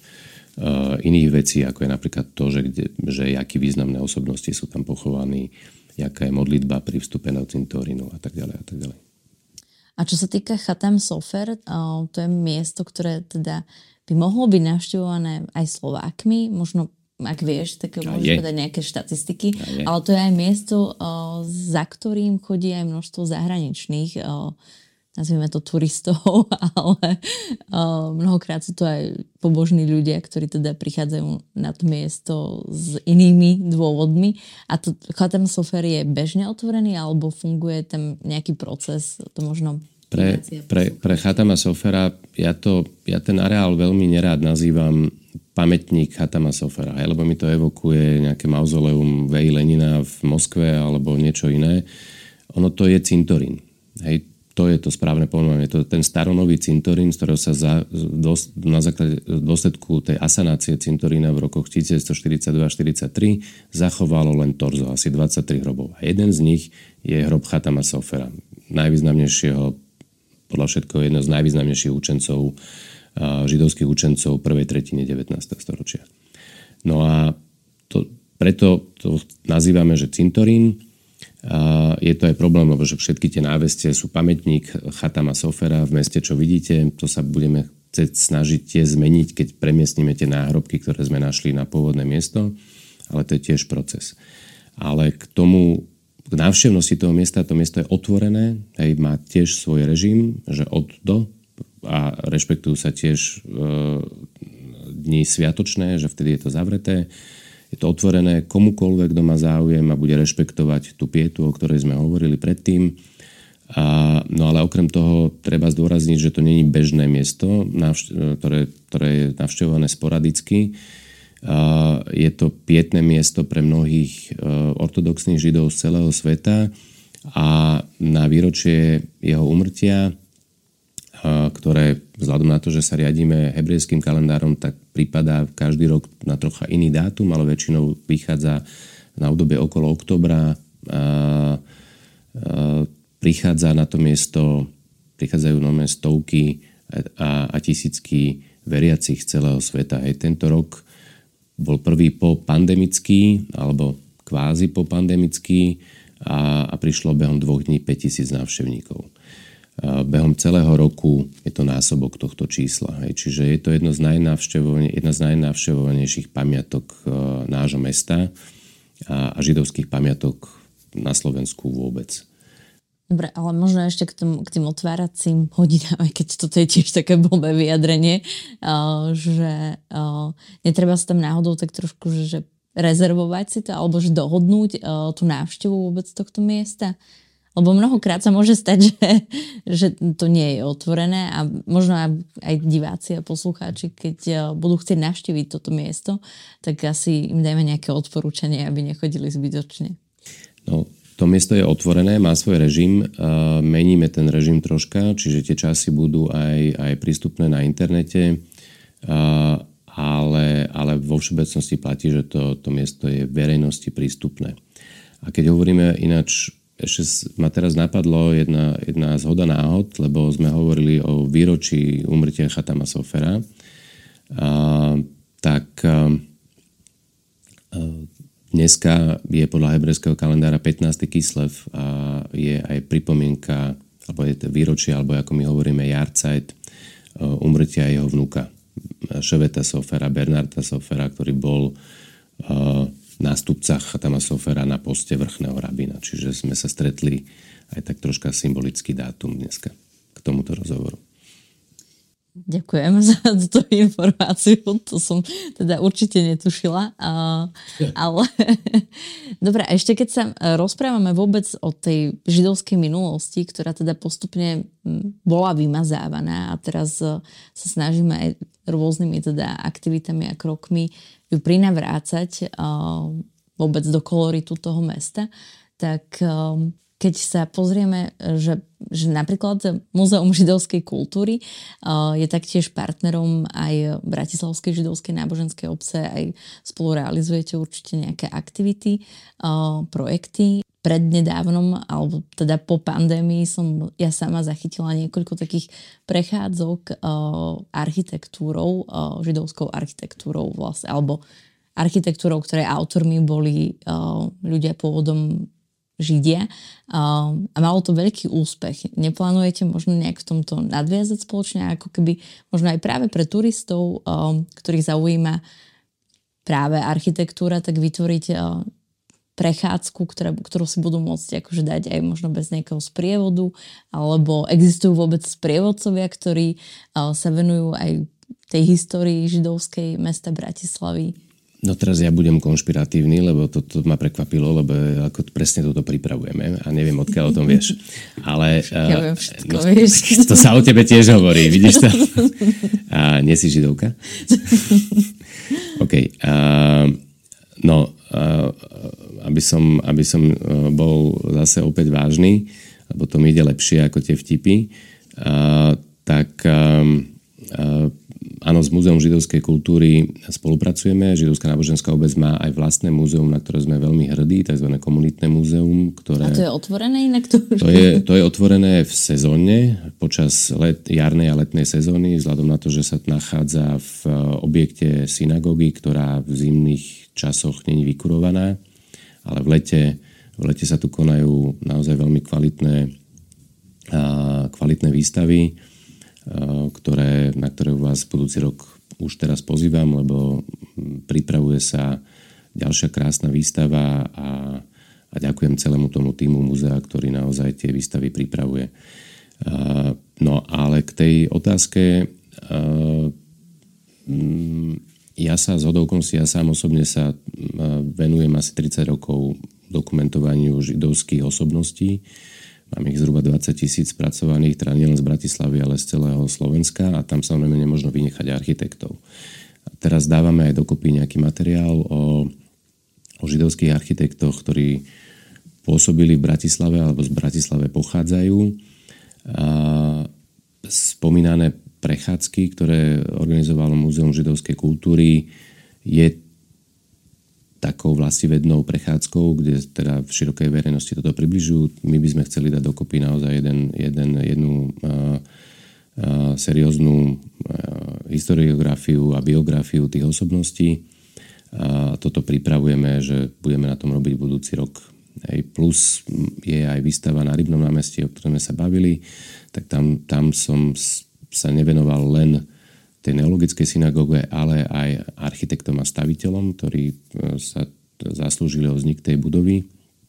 iných vecí, ako je napríklad to, že, kde, že akí významné osobnosti sú tam pochovaní, jaká je modlitba pri vstupe do cintorínu a tak ďalej a tak ďalej. A čo sa týka Chatam Sofer, to je miesto, ktoré teda by mohlo byť navštevované aj Slovákmi, možno ak vieš, tak môžeš povedať nejaké štatistiky, ale to je aj miesto, za ktorým chodí aj množstvo zahraničných, nazvime to turistov, ale mnohokrát sú to aj pobožní ľudia, ktorí teda prichádzajú na to miesto s inými dôvodmi. A to Chatam Sofer je bežne otvorený, alebo funguje tam nejaký proces, to možno... Pre, pre, pre Chatama Sofera, ja, to, ja ten areál veľmi nerád nazývam pamätník Chatama Sofera, hej, lebo mi to evokuje nejaké mauzoleum Vej Lenina v Moskve alebo niečo iné. Ono to je cintorín. Hej, to je to správne pomenovanie. To je ten staronový cintorín, z ktorého sa za, dos, na základe dôsledku tej asanácie cintorína v rokoch devätnásťstoštyridsaťdva až štyridsaťtri zachovalo len torzo, asi dvadsaťtri hrobov. A jeden z nich je hrob Chatama Sofera, najvýznamnejšieho, podľa všetkého jedno z najvýznamnejších učencov, židovských učencov prvej tretiny devätnásteho storočia. No a to, preto to nazývame, že cintorín. A je to aj problém, lebo že všetky tie návestie sú pamätník Chatama Sofera v meste, čo vidíte. To sa budeme chcieť snažiť tiež zmeniť, keď premiestnime tie náhrobky, ktoré sme našli na pôvodné miesto, ale to je tiež proces. Ale k tomu, k návštevnosti toho miesta, to miesto je otvorené, hej, má tiež svoj režim, že od do a rešpektujú sa tiež e, dni sviatočné, že vtedy je to zavreté. Je to otvorené komukoľvek, kto má záujem a bude rešpektovať tú pietu, o ktorej sme hovorili predtým. A, no ale okrem toho treba zdôrazniť, že to nie je bežné miesto, navš- ktoré, ktoré je navštevované sporadicky. A, je to pietné miesto pre mnohých ortodoxných židov z celého sveta a na výročie jeho úmrtia, ktoré vzhľadom na to, že sa riadíme hebrejským kalendárom, tak pripadá každý rok na trocha iný dátum, ale väčšinou vychádza na obdobie okolo októbra. A, a, prichádza na to miesto, prichádzajú nové stovky a, a tisícky veriacich celého sveta. Hej, tento rok bol prvý po pandemický, alebo kvázi po pandemický a, a prišlo behom dvoch dní päťtisíc návštevníkov. Behom celého roku je to násobok tohto čísla. Hej. Čiže je to jedno z jedna z najnavštevovanejších pamiatok nášho mesta a, a židovských pamiatok na Slovensku vôbec. Dobre, ale možno ešte k, tom, k tým otváracím hodinám, aj keď toto je tiež také blbé vyjadrenie, uh, že uh, netreba sa tam náhodou tak trošku, že, že rezervovať si to, alebo že dohodnúť uh, tú návštevu vôbec tohto miesta. Lebo mnohokrát sa môže stať, že, že to nie je otvorené a možno aj diváci a poslucháči, keď budú chcieť navštíviť toto miesto, tak asi im dajme nejaké odporúčanie, aby nechodili zbytočne. No, to miesto je otvorené, má svoj režim, meníme ten režim troška, čiže tie časy budú aj, aj prístupné na internete, ale, ale vo všeobecnosti platí, že to, to miesto je verejnosti prístupné. A keď hovoríme ináč, ešte ma teraz napadlo jedna, jedna zhoda náhod, lebo sme hovorili o výročí úmrtia Chatama Sofera. A, tak a, a, dneska je podľa hebrejského kalendára pätnásteho Kislev a je aj pripomienka, alebo je to výročie, alebo ako my hovoríme Jahrzeit, úmrtia jeho vnuka Ševeta Sofera, Bernarda Sofera, ktorý bol a, nástupca Chatama Sofera na poste vrchného rabína. Čiže sme sa stretli aj tak troška symbolický dátum dneska k tomuto rozhovoru. Ďakujem za túto informáciu. To som teda určite netušila. Ale dobre, a ešte keď sa rozprávame vôbec o tej židovskej minulosti, ktorá teda postupne bola vymazávaná a teraz sa snažíme aj rôznymi teda aktivitami a krokmi ju prinavrácať vôbec do koloritu toho mesta, tak keď sa pozrieme, že, že napríklad Múzeum židovskej kultúry je taktiež partnerom aj Bratislavskej židovskej náboženskej obce, aj spolu realizujete určite nejaké aktivity, projekty. prednedávnom, alebo teda po pandémii som ja sama zachytila niekoľko takých prechádzok uh, architektúrou, uh, židovskou architektúrou vlastne, alebo architektúrou, ktorej autormi boli uh, ľudia pôvodom Židia. Uh, a malo to veľký úspech. Neplánujete možno nejak v tomto nadviazať spoločne, ako keby možno aj práve pre turistov, uh, ktorých zaujíma práve architektúra, tak vytvoriť uh, prechádzku, ktorá, ktorú si budú môcť akože dať aj možno bez nejakého sprievodu, alebo existujú vôbec sprievodcovia, ktorí uh, sa venujú aj tej histórii židovskej mesta Bratislavy. No teraz ja budem konšpiratívny, lebo toto ma prekvapilo, lebo ako presne toto pripravujeme a neviem, odkiaľ o tom vieš. Ale ja viem všetko, no, vieš. To sa o tebe tiež hovorí, vidíš to? A nie si židovka? OK. Uh, no, uh, aby som, aby som bol zase opäť vážny, lebo to mi ide lepšie ako tie vtipy, uh, tak um, uh, áno, s Múzeum židovskej kultúry spolupracujeme. Židovská náboženská obec má aj vlastné múzeum, na ktoré sme veľmi hrdí, tzv. Komunitné múzeum. Ktoré... A to je otvorené inak? To, to, je, to je otvorené v sezóne, počas let, jarnej a letnej sezóny, vzhľadom na to, že sa nachádza v objekte synagógy, ktorá v zimných časoch nie je vykurovaná, ale v lete, v lete sa tu konajú naozaj veľmi kvalitné, kvalitné výstavy, Ktoré, na ktoré vás budúci rok už teraz pozývam, lebo pripravuje sa ďalšia krásna výstava a, a ďakujem celému tomu týmu múzea, ktorý naozaj tie výstavy pripravuje. No ale k tej otázke, ja sa z hodovkonosti, ja sám osobne sa venujem asi tridsať rokov dokumentovaniu židovských osobností. Mám ich zhruba dvadsať tisíc spracovaných, teda nielen z Bratislavy, ale z celého Slovenska a tam samozrejme nemôžno vynechať architektov. A teraz dávame aj dokopy nejaký materiál o, o židovských architektoch, ktorí pôsobili v Bratislave alebo z Bratislave pochádzajú. A spomínané prechádzky, ktoré organizovalo Múzeum židovskej kultúry, je takou vlastivednou prechádzkou, kde teda v širokej verejnosti toto približujú. My by sme chceli dať dokopy naozaj jeden, jeden, jednu uh, uh, serióznu uh, historiografiu a biografiu tých osobností. A toto pripravujeme, že budeme na tom robiť budúci rok. Hej, plus je aj výstava na Rybnom námestí, o ktorom sme sa bavili, tak tam, tam som sa nevenoval len tej neologickej synagóge, ale aj architektom a staviteľom, ktorí sa zaslúžili o vznik tej budovy.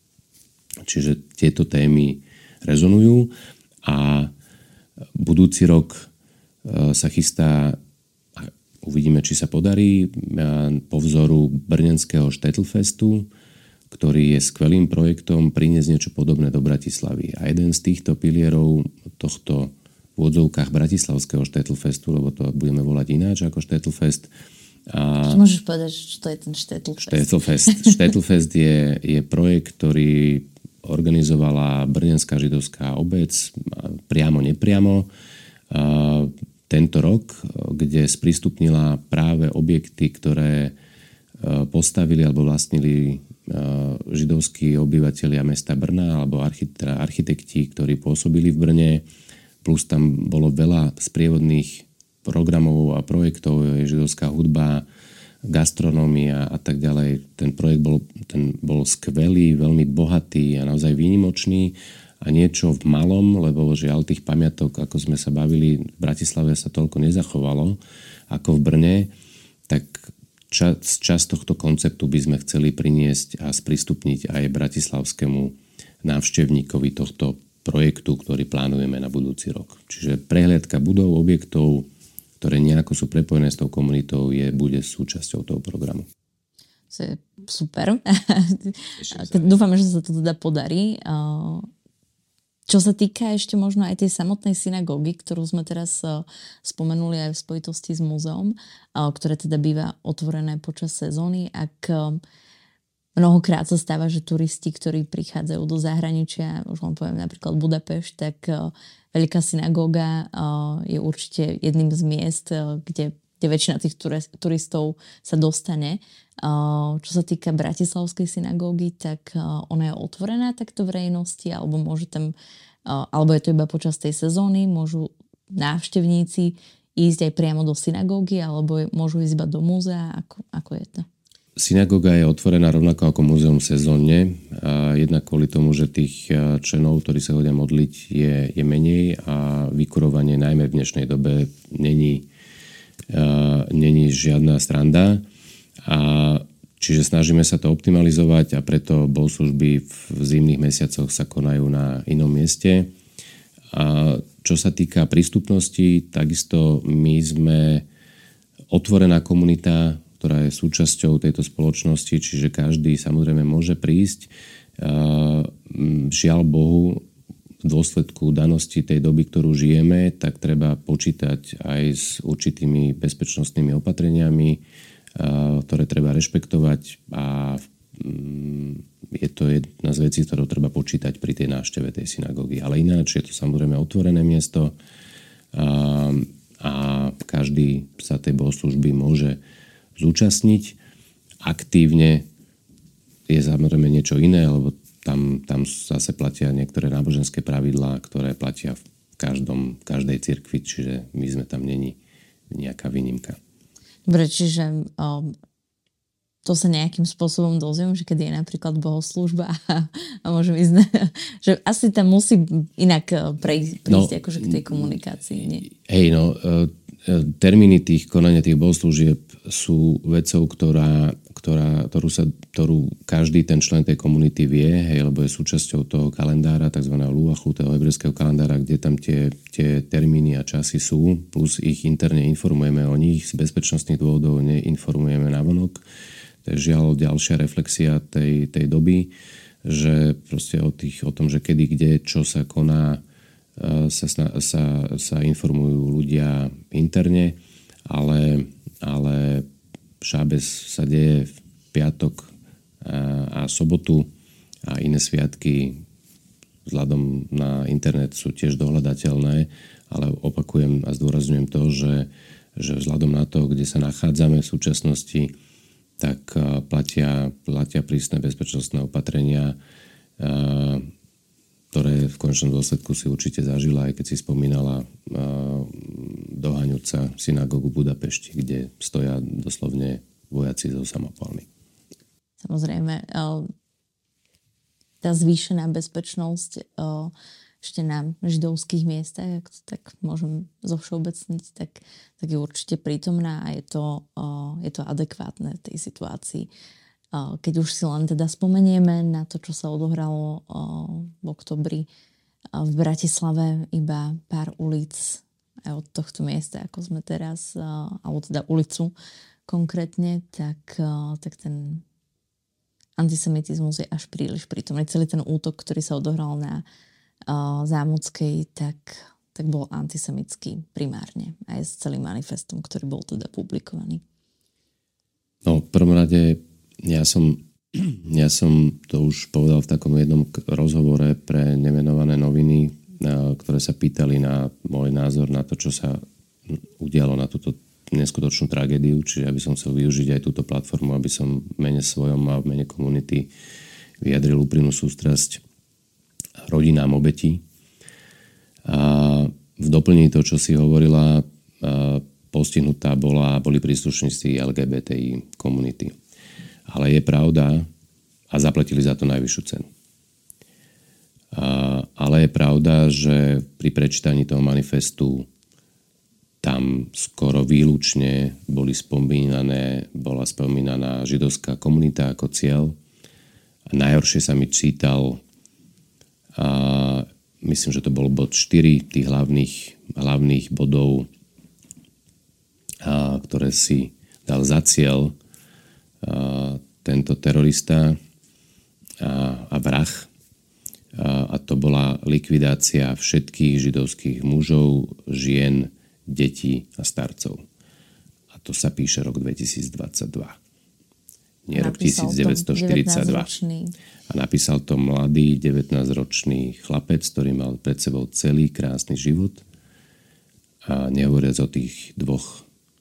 Čiže tieto témy rezonujú a budúci rok sa chystá, uvidíme, či sa podarí, po vzoru brněnského Štetlfestu, ktorý je skvelým projektom priniesť niečo podobné do Bratislavy. A jeden z týchto pilierov tohto v odzovkách bratislavského Štetlfestu, lebo to budeme volať ináč ako Štetlfest. A môžeš povedať, čo to je ten Štetlfest? Štetlfest, Štetlfest je, je projekt, ktorý organizovala brněnská židovská obec priamo, nepriamo. A tento rok, kde sprístupnila práve objekty, ktoré postavili alebo vlastnili židovskí obyvatelia mesta Brna alebo architekti, ktorí pôsobili v Brne. Plus tam bolo veľa sprievodných programov a projektov, židovská hudba, gastronómia a tak ďalej. Ten projekt bol, ten bol skvelý, veľmi bohatý a naozaj výnimočný a niečo v malom, lebo žiaľ tých pamiatok, ako sme sa bavili, v Bratislave sa toľko nezachovalo ako v Brne, tak čas, čas tohto konceptu by sme chceli priniesť a sprístupniť aj bratislavskému návštevníkovi tohto projektu, ktorý plánujeme na budúci rok. Čiže prehliadka budov, objektov, ktoré nejako sú prepojené s tou komunitou, je, bude súčasťou toho programu. To je super. Dúfame, že sa to teda podarí. Čo sa týka ešte možno aj tej samotnej synagógy, ktorú sme teraz spomenuli aj v spojitosti s múzeom, ktoré teda býva otvorené počas sezóny, ak mnohokrát sa stáva, že turisti, ktorí prichádzajú do zahraničia, už len poviem napríklad Budapešť, tak uh, Veľká synagóga uh, je určite jedným z miest, uh, kde kde väčšina tých turistov sa dostane. Čo sa týka Bratislavskej synagógy, tak ona je otvorená takto verejnosti, alebo môže tam, alebo je to iba počas tej sezóny, môžu návštevníci ísť aj priamo do synagógy, alebo môžu ísť iba do múzea, ako, ako je to? Synagóga je otvorená rovnako ako múzeum sezónne. Jednak kvôli tomu, že tých členov, ktorí sa chodia modliť, je, je menej a vykurovanie najmä v dnešnej dobe není, není žiadna sranda. A čiže snažíme sa to optimalizovať a preto bohoslužby v zimných mesiacoch sa konajú na inom mieste. A čo sa týka prístupnosti, takisto my sme otvorená komunita, ktorá je súčasťou tejto spoločnosti, čiže každý samozrejme môže prísť. Žiaľ Bohu, v dôsledku danosti tej doby, ktorú žijeme, tak treba počítať aj s určitými bezpečnostnými opatreniami, ktoré treba rešpektovať a je to jedna z vecí, ktorou treba počítať pri tej návšteve tej synagógy. Ale ináč je to samozrejme otvorené miesto a, a každý sa tej bohoslužby môže zúčastniť. Aktívne je samozrejme niečo iné, lebo tam, tam zase platia niektoré náboženské pravidlá, ktoré platia v každom, každej cirkvi, čiže my sme tam není nejaká výnimka. Dobre, čiže um, to sa nejakým spôsobom dozviem, že keď je napríklad bohoslúžba a, a môžem ísť, na, že asi tam musí inak prejsť, prísť no, akože k tej komunikácii, nie? Hej, no, termíny tých konania tých bohoslúžieb sú vecou, ktorá, ktorá, ktorú, sa, ktorú každý ten člen tej komunity vie, hej, lebo je súčasťou toho kalendára, tzv. Luachu, toho hebrejského kalendára, kde tam tie, tie termíny a časy sú, plus ich interne informujeme o nich, z bezpečnostných dôvodov neinformujeme navonok. To je žiaľ ďalšia reflexia tej, tej doby, že proste o, tých, o tom, že kedy, kde, čo sa koná, sa, sa, sa informujú ľudia interne, ale, ale šábes sa deje v piatok a, a sobotu a iné sviatky vzhľadom na internet sú tiež dohľadateľné, ale opakujem a zdôrazňujem to, že, že vzhľadom na to, kde sa nachádzame v súčasnosti, tak platia, platia prísne bezpečnostné opatrenia, ktoré v konečnom dôsledku si určite zažila, aj keď si spomínala doháňujúca synagógu v Budapešti, kde stoja doslovne vojaci so samopalmi. Samozrejme, tá zvýšená bezpečnosť ešte na židovských miestach, ak to tak môžem zovšeobecniť, tak, tak je určite prítomná a je to, je to adekvátne tej situácii. Keď už si len teda spomenieme na to, čo sa odohralo v oktobri v Bratislave, iba pár ulic aj od tohto miesta, ako sme teraz, alebo teda ulicu konkrétne, tak, tak ten antisemitizmus je až príliš prítomný. Celý ten útok, ktorý sa odohral na Zámockej, tak, tak bol antisemický primárne aj s celým manifestom, ktorý bol teda publikovaný. No, v prvom rade Ja som, ja som to už povedal v takom jednom rozhovore pre nemenované noviny, ktoré sa pýtali na môj názor na to, čo sa udialo, na túto neskutočnú tragédiu, čiže aby som chcel využiť aj túto platformu, aby som v mene svojom a v mene komunity vyjadril úprimnú sústrasť rodinám obetí. A v doplnení to, čo si hovorila, postihnutá bola, boli príslušníci el gé bé té í komunity. Ale je pravda, a zaplatili za to najvyššiu cenu. A, ale je pravda, že pri prečítaní toho manifestu tam skoro výlučne boli spomínané, bola spomínaná židovská komunita ako cieľ. A najhoršie sa mi čítal, a myslím, že to bol bod štyri tých hlavných, hlavných bodov, a, ktoré si dal za cieľ a tento terorista a, a vrah. A, a to bola likvidácia všetkých židovských mužov, žien, detí a starcov. A to sa píše rok dvetisícdvadsaťdva. Nie rok devätnásťstoštyridsaťdva. A napísal to mladý devätnásťročný chlapec, ktorý mal pred sebou celý krásny život. A nehovoriac o tých dvoch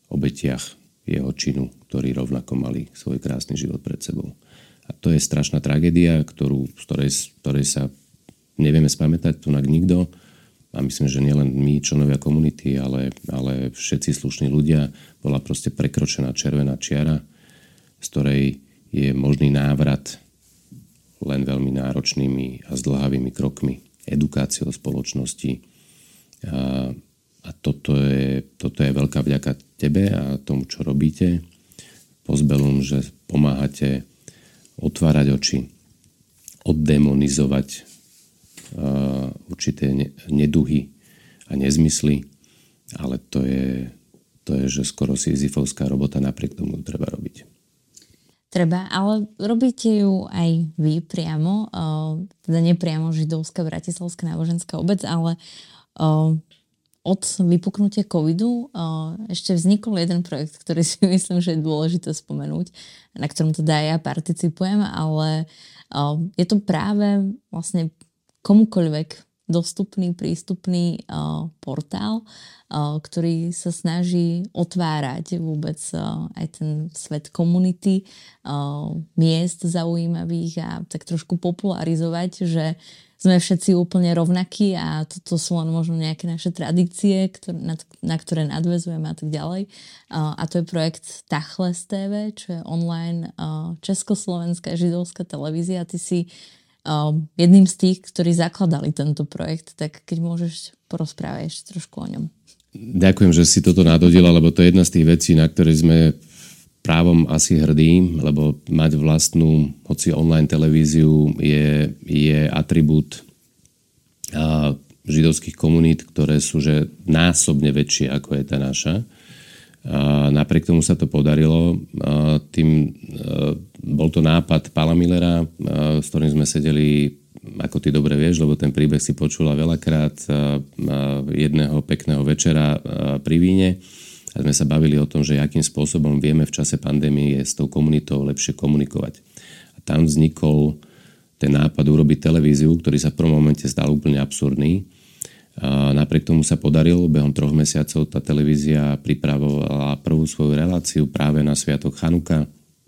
obetiach jeho činu, ktorí rovnako mali svoj krásny život pred sebou. A to je strašná tragédia, ktorú, z ktorej, ktorej sa nevieme spamätať tunak nikto. A myslím, že nielen my, členovia komunity, ale, ale všetci slušní ľudia. Bola proste prekročená červená čiara, z ktorej je možný návrat len veľmi náročnými a zdĺhavými krokmi, edukáciou spoločnosti. A, a toto, je, toto je veľká vďaka tebe a tomu, čo robíte. Postbellum, že pomáhate otvárať oči, oddemonizovať uh, určité neduhy a nezmysly, ale to je, to je, že skoro sizifovská robota, napriek tomu treba robiť. Treba, ale robíte ju aj vy priamo, uh, teda nepriamo Židovská bratislavská náboženská obec, ale uh, od vypuknutia covidu uh, ešte vznikol jeden projekt, ktorý si myslím, že je dôležité spomenúť, na ktorom teda aj ja participujem, ale uh, je to práve vlastne komukoľvek dostupný, prístupný uh, portál, uh, ktorý sa snaží otvárať vôbec uh, aj ten svet komunity, uh, miest zaujímavých a tak trošku popularizovať, že sme všetci úplne rovnakí a toto sú len možno nejaké naše tradície, ktoré, na, na ktoré nadväzujeme a tak ďalej. Uh, a to je projekt Tachles té vé, čo je online uh, československá židovská televízia. Ty si uh, jedným z tých, ktorí zakladali tento projekt, tak keď môžeš porozprávať ešte trošku o ňom. Ďakujem, že si toto nadhodila, lebo to je jedna z tých vecí, na ktoré sme právom asi hrdí, lebo mať vlastnú, hoci online televíziu je, je atribút a, židovských komunít, ktoré sú že násobne väčšie, ako je tá naša. A napriek tomu sa to podarilo. A tým, a, bol to nápad Pála Millera, a, s ktorým sme sedeli, ako ty dobre vieš, lebo ten príbeh si počula veľakrát, a, a jedného pekného večera a, pri víne. A sme sa bavili o tom, že akým spôsobom vieme v čase pandémie s tou komunitou lepšie komunikovať. A tam vznikol ten nápad urobiť televíziu, ktorý sa v prvom momente zdal úplne absurdný. A napriek tomu sa podarilo, behom troch mesiacov tá televízia pripravovala prvú svoju reláciu práve na sviatok Chanuka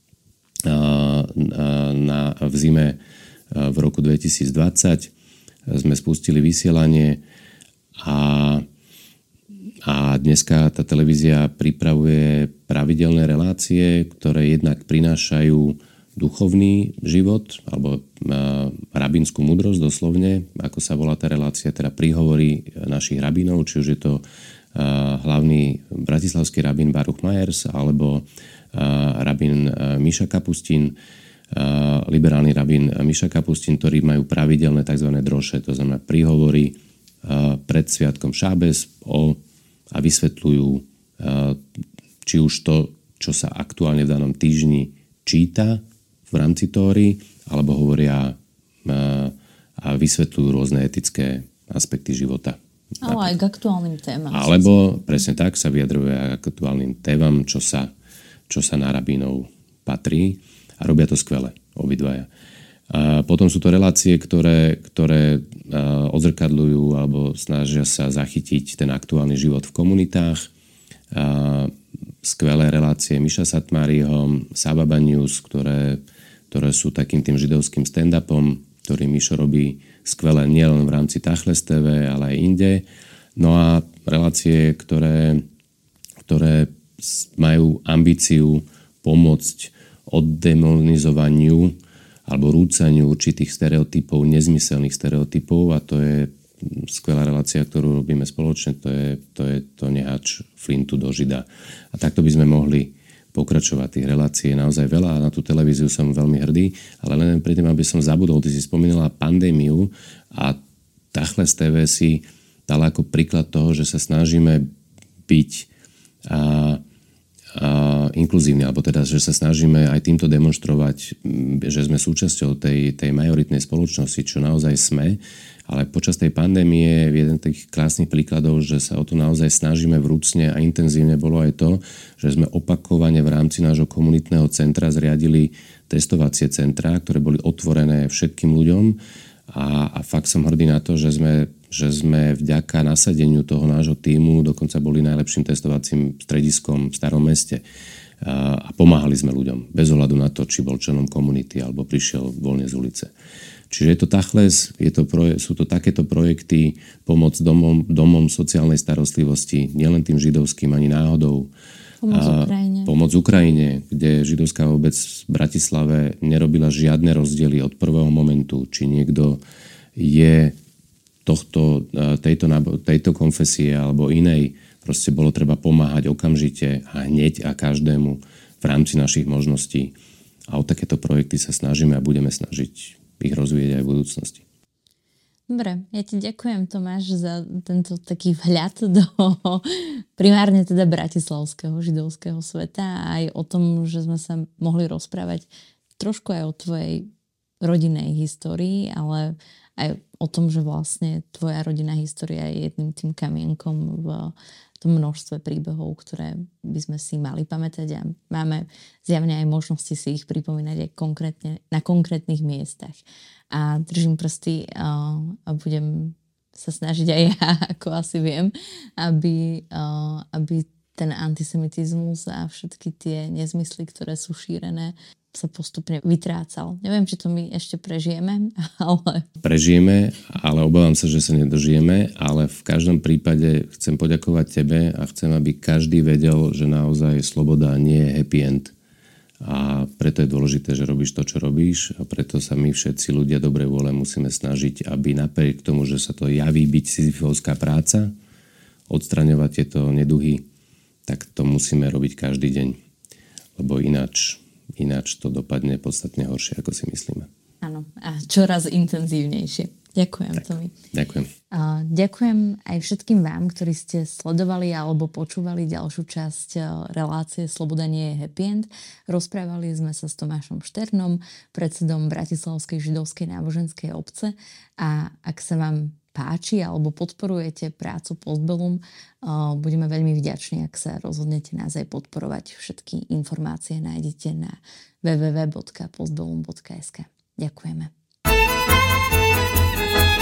na, v zime v roku dvetisícdvadsať. Sme spustili vysielanie a A dneska tá televízia pripravuje pravidelné relácie, ktoré jednak prinášajú duchovný život, alebo rabínsku múdrosť doslovne, ako sa volá tá relácia, teda príhovory našich rabínov, či už je to hlavný bratislavský rabín Baruch Majers, alebo rabín Miša Kapustin, liberálny rabín Miša Kapustin, ktorí majú pravidelné tzv. Droše, to znamená príhovory pred sviatkom Šábes o a vysvetľujú či už to, čo sa aktuálne v danom týždni číta v rámci Tóry, alebo hovoria a vysvetľujú rôzne etické aspekty života. Ale aj k aktuálnym témam. Alebo presne tak sa vyjadruje k aktuálnym témam, čo sa, čo sa na rabínov patrí a robia to skvele, obidvaja. A potom sú to relácie, ktoré, ktoré odzrkadľujú alebo snažia sa zachytiť ten aktuálny život v komunitách. A skvelé relácie Miša Satmáriho, Sababa News, ktoré, ktoré sú takým tým židovským stand-upom, ktorý Mišo robí skvelé nielen v rámci Tachles té vé, ale aj inde. No a relácie, ktoré, ktoré majú ambíciu pomôcť oddemonizovaniu alebo rúcaniu určitých stereotypov, nezmyselných stereotypov, a to je skvelá relácia, ktorú robíme spoločne, to je to, je to nehač flintu do žida. A takto by sme mohli pokračovať. Tých relácií je naozaj veľa a na tú televíziu som veľmi hrdý, ale len predtým, aby som zabudol, ty si spomínala pandémiu a Tachles té vé si dala ako príklad toho, že sa snažíme byť a a inkluzívne, alebo teda, že sa snažíme aj týmto demonštrovať, že sme súčasťou tej, tej majoritnej spoločnosti, čo naozaj sme, ale počas tej pandémie je jeden z tých krásnych príkladov, že sa o to naozaj snažíme vrúcne a intenzívne bolo aj to, že sme opakovane v rámci nášho komunitného centra zriadili testovacie centrá, ktoré boli otvorené všetkým ľuďom a, a fakt som hrdý na to, že sme že sme vďaka nasadeniu toho nášho tímu dokonca boli najlepším testovacím strediskom v Starom meste a pomáhali sme ľuďom bez ohľadu na to, či bol členom komunity alebo prišiel voľne z ulice. Čiže je to tachles, je to proje, sú to takéto projekty, pomoc domom, domom sociálnej starostlivosti, nielen tým židovským ani náhodou. Pomoc Ukrajine. Pomoc Ukrajine, kde židovská obec v Bratislave nerobila žiadne rozdiely od prvého momentu, či niekto je tohto, tejto, tejto konfesie alebo inej. Proste bolo treba pomáhať okamžite a hneď a každému v rámci našich možností. A o takéto projekty sa snažíme a budeme snažiť ich rozvíjať aj v budúcnosti. Dobre, ja ti ďakujem, Tomáš, za tento taký vhľad do primárne teda bratislavského židovského sveta a aj o tom, že sme sa mohli rozprávať trošku aj o tvojej rodinnej histórii, ale aj o tom, že vlastne tvoja rodinná história je jedným tým kamienkom v tom množstve príbehov, ktoré by sme si mali pamätať a máme zjavne aj možnosti si ich pripomínať aj konkrétne, na konkrétnych miestach. A držím prsty a, a budem sa snažiť aj ja, ako asi viem, aby, a, aby ten antisemitizmus a všetky tie nezmysly, ktoré sú šírené, sa postupne vytrácal. Neviem, či to my ešte prežijeme, ale... Prežijeme, ale obávam sa, že sa nedožijeme, ale v každom prípade chcem poďakovať tebe a chcem, aby každý vedel, že naozaj sloboda nie je happy end. A preto je dôležité, že robíš to, čo robíš a preto sa my všetci ľudia dobrej vôle musíme snažiť, aby napriek tomu, že sa to javí byť sisyfovská práca, odstraňovať tieto neduhy, tak to musíme robiť každý deň. Lebo ináč Ináč to dopadne podstatne horšie, ako si myslíme. Áno, a čoraz intenzívnejšie. Ďakujem, tak, Tomi. Ďakujem. Uh, ďakujem aj všetkým vám, ktorí ste sledovali alebo počúvali ďalšiu časť relácie Sloboda nie je happy end. Rozprávali sme sa s Tomášom Šternom, predsedom Bratislavskej židovskej náboženskej obce a ak sa vám páči alebo podporujete prácu Postbellum, budeme veľmi vďační, ak sa rozhodnete nás aj podporovať. Všetky informácie nájdete na w w w bodka postbellum bodka es ka. Ďakujeme.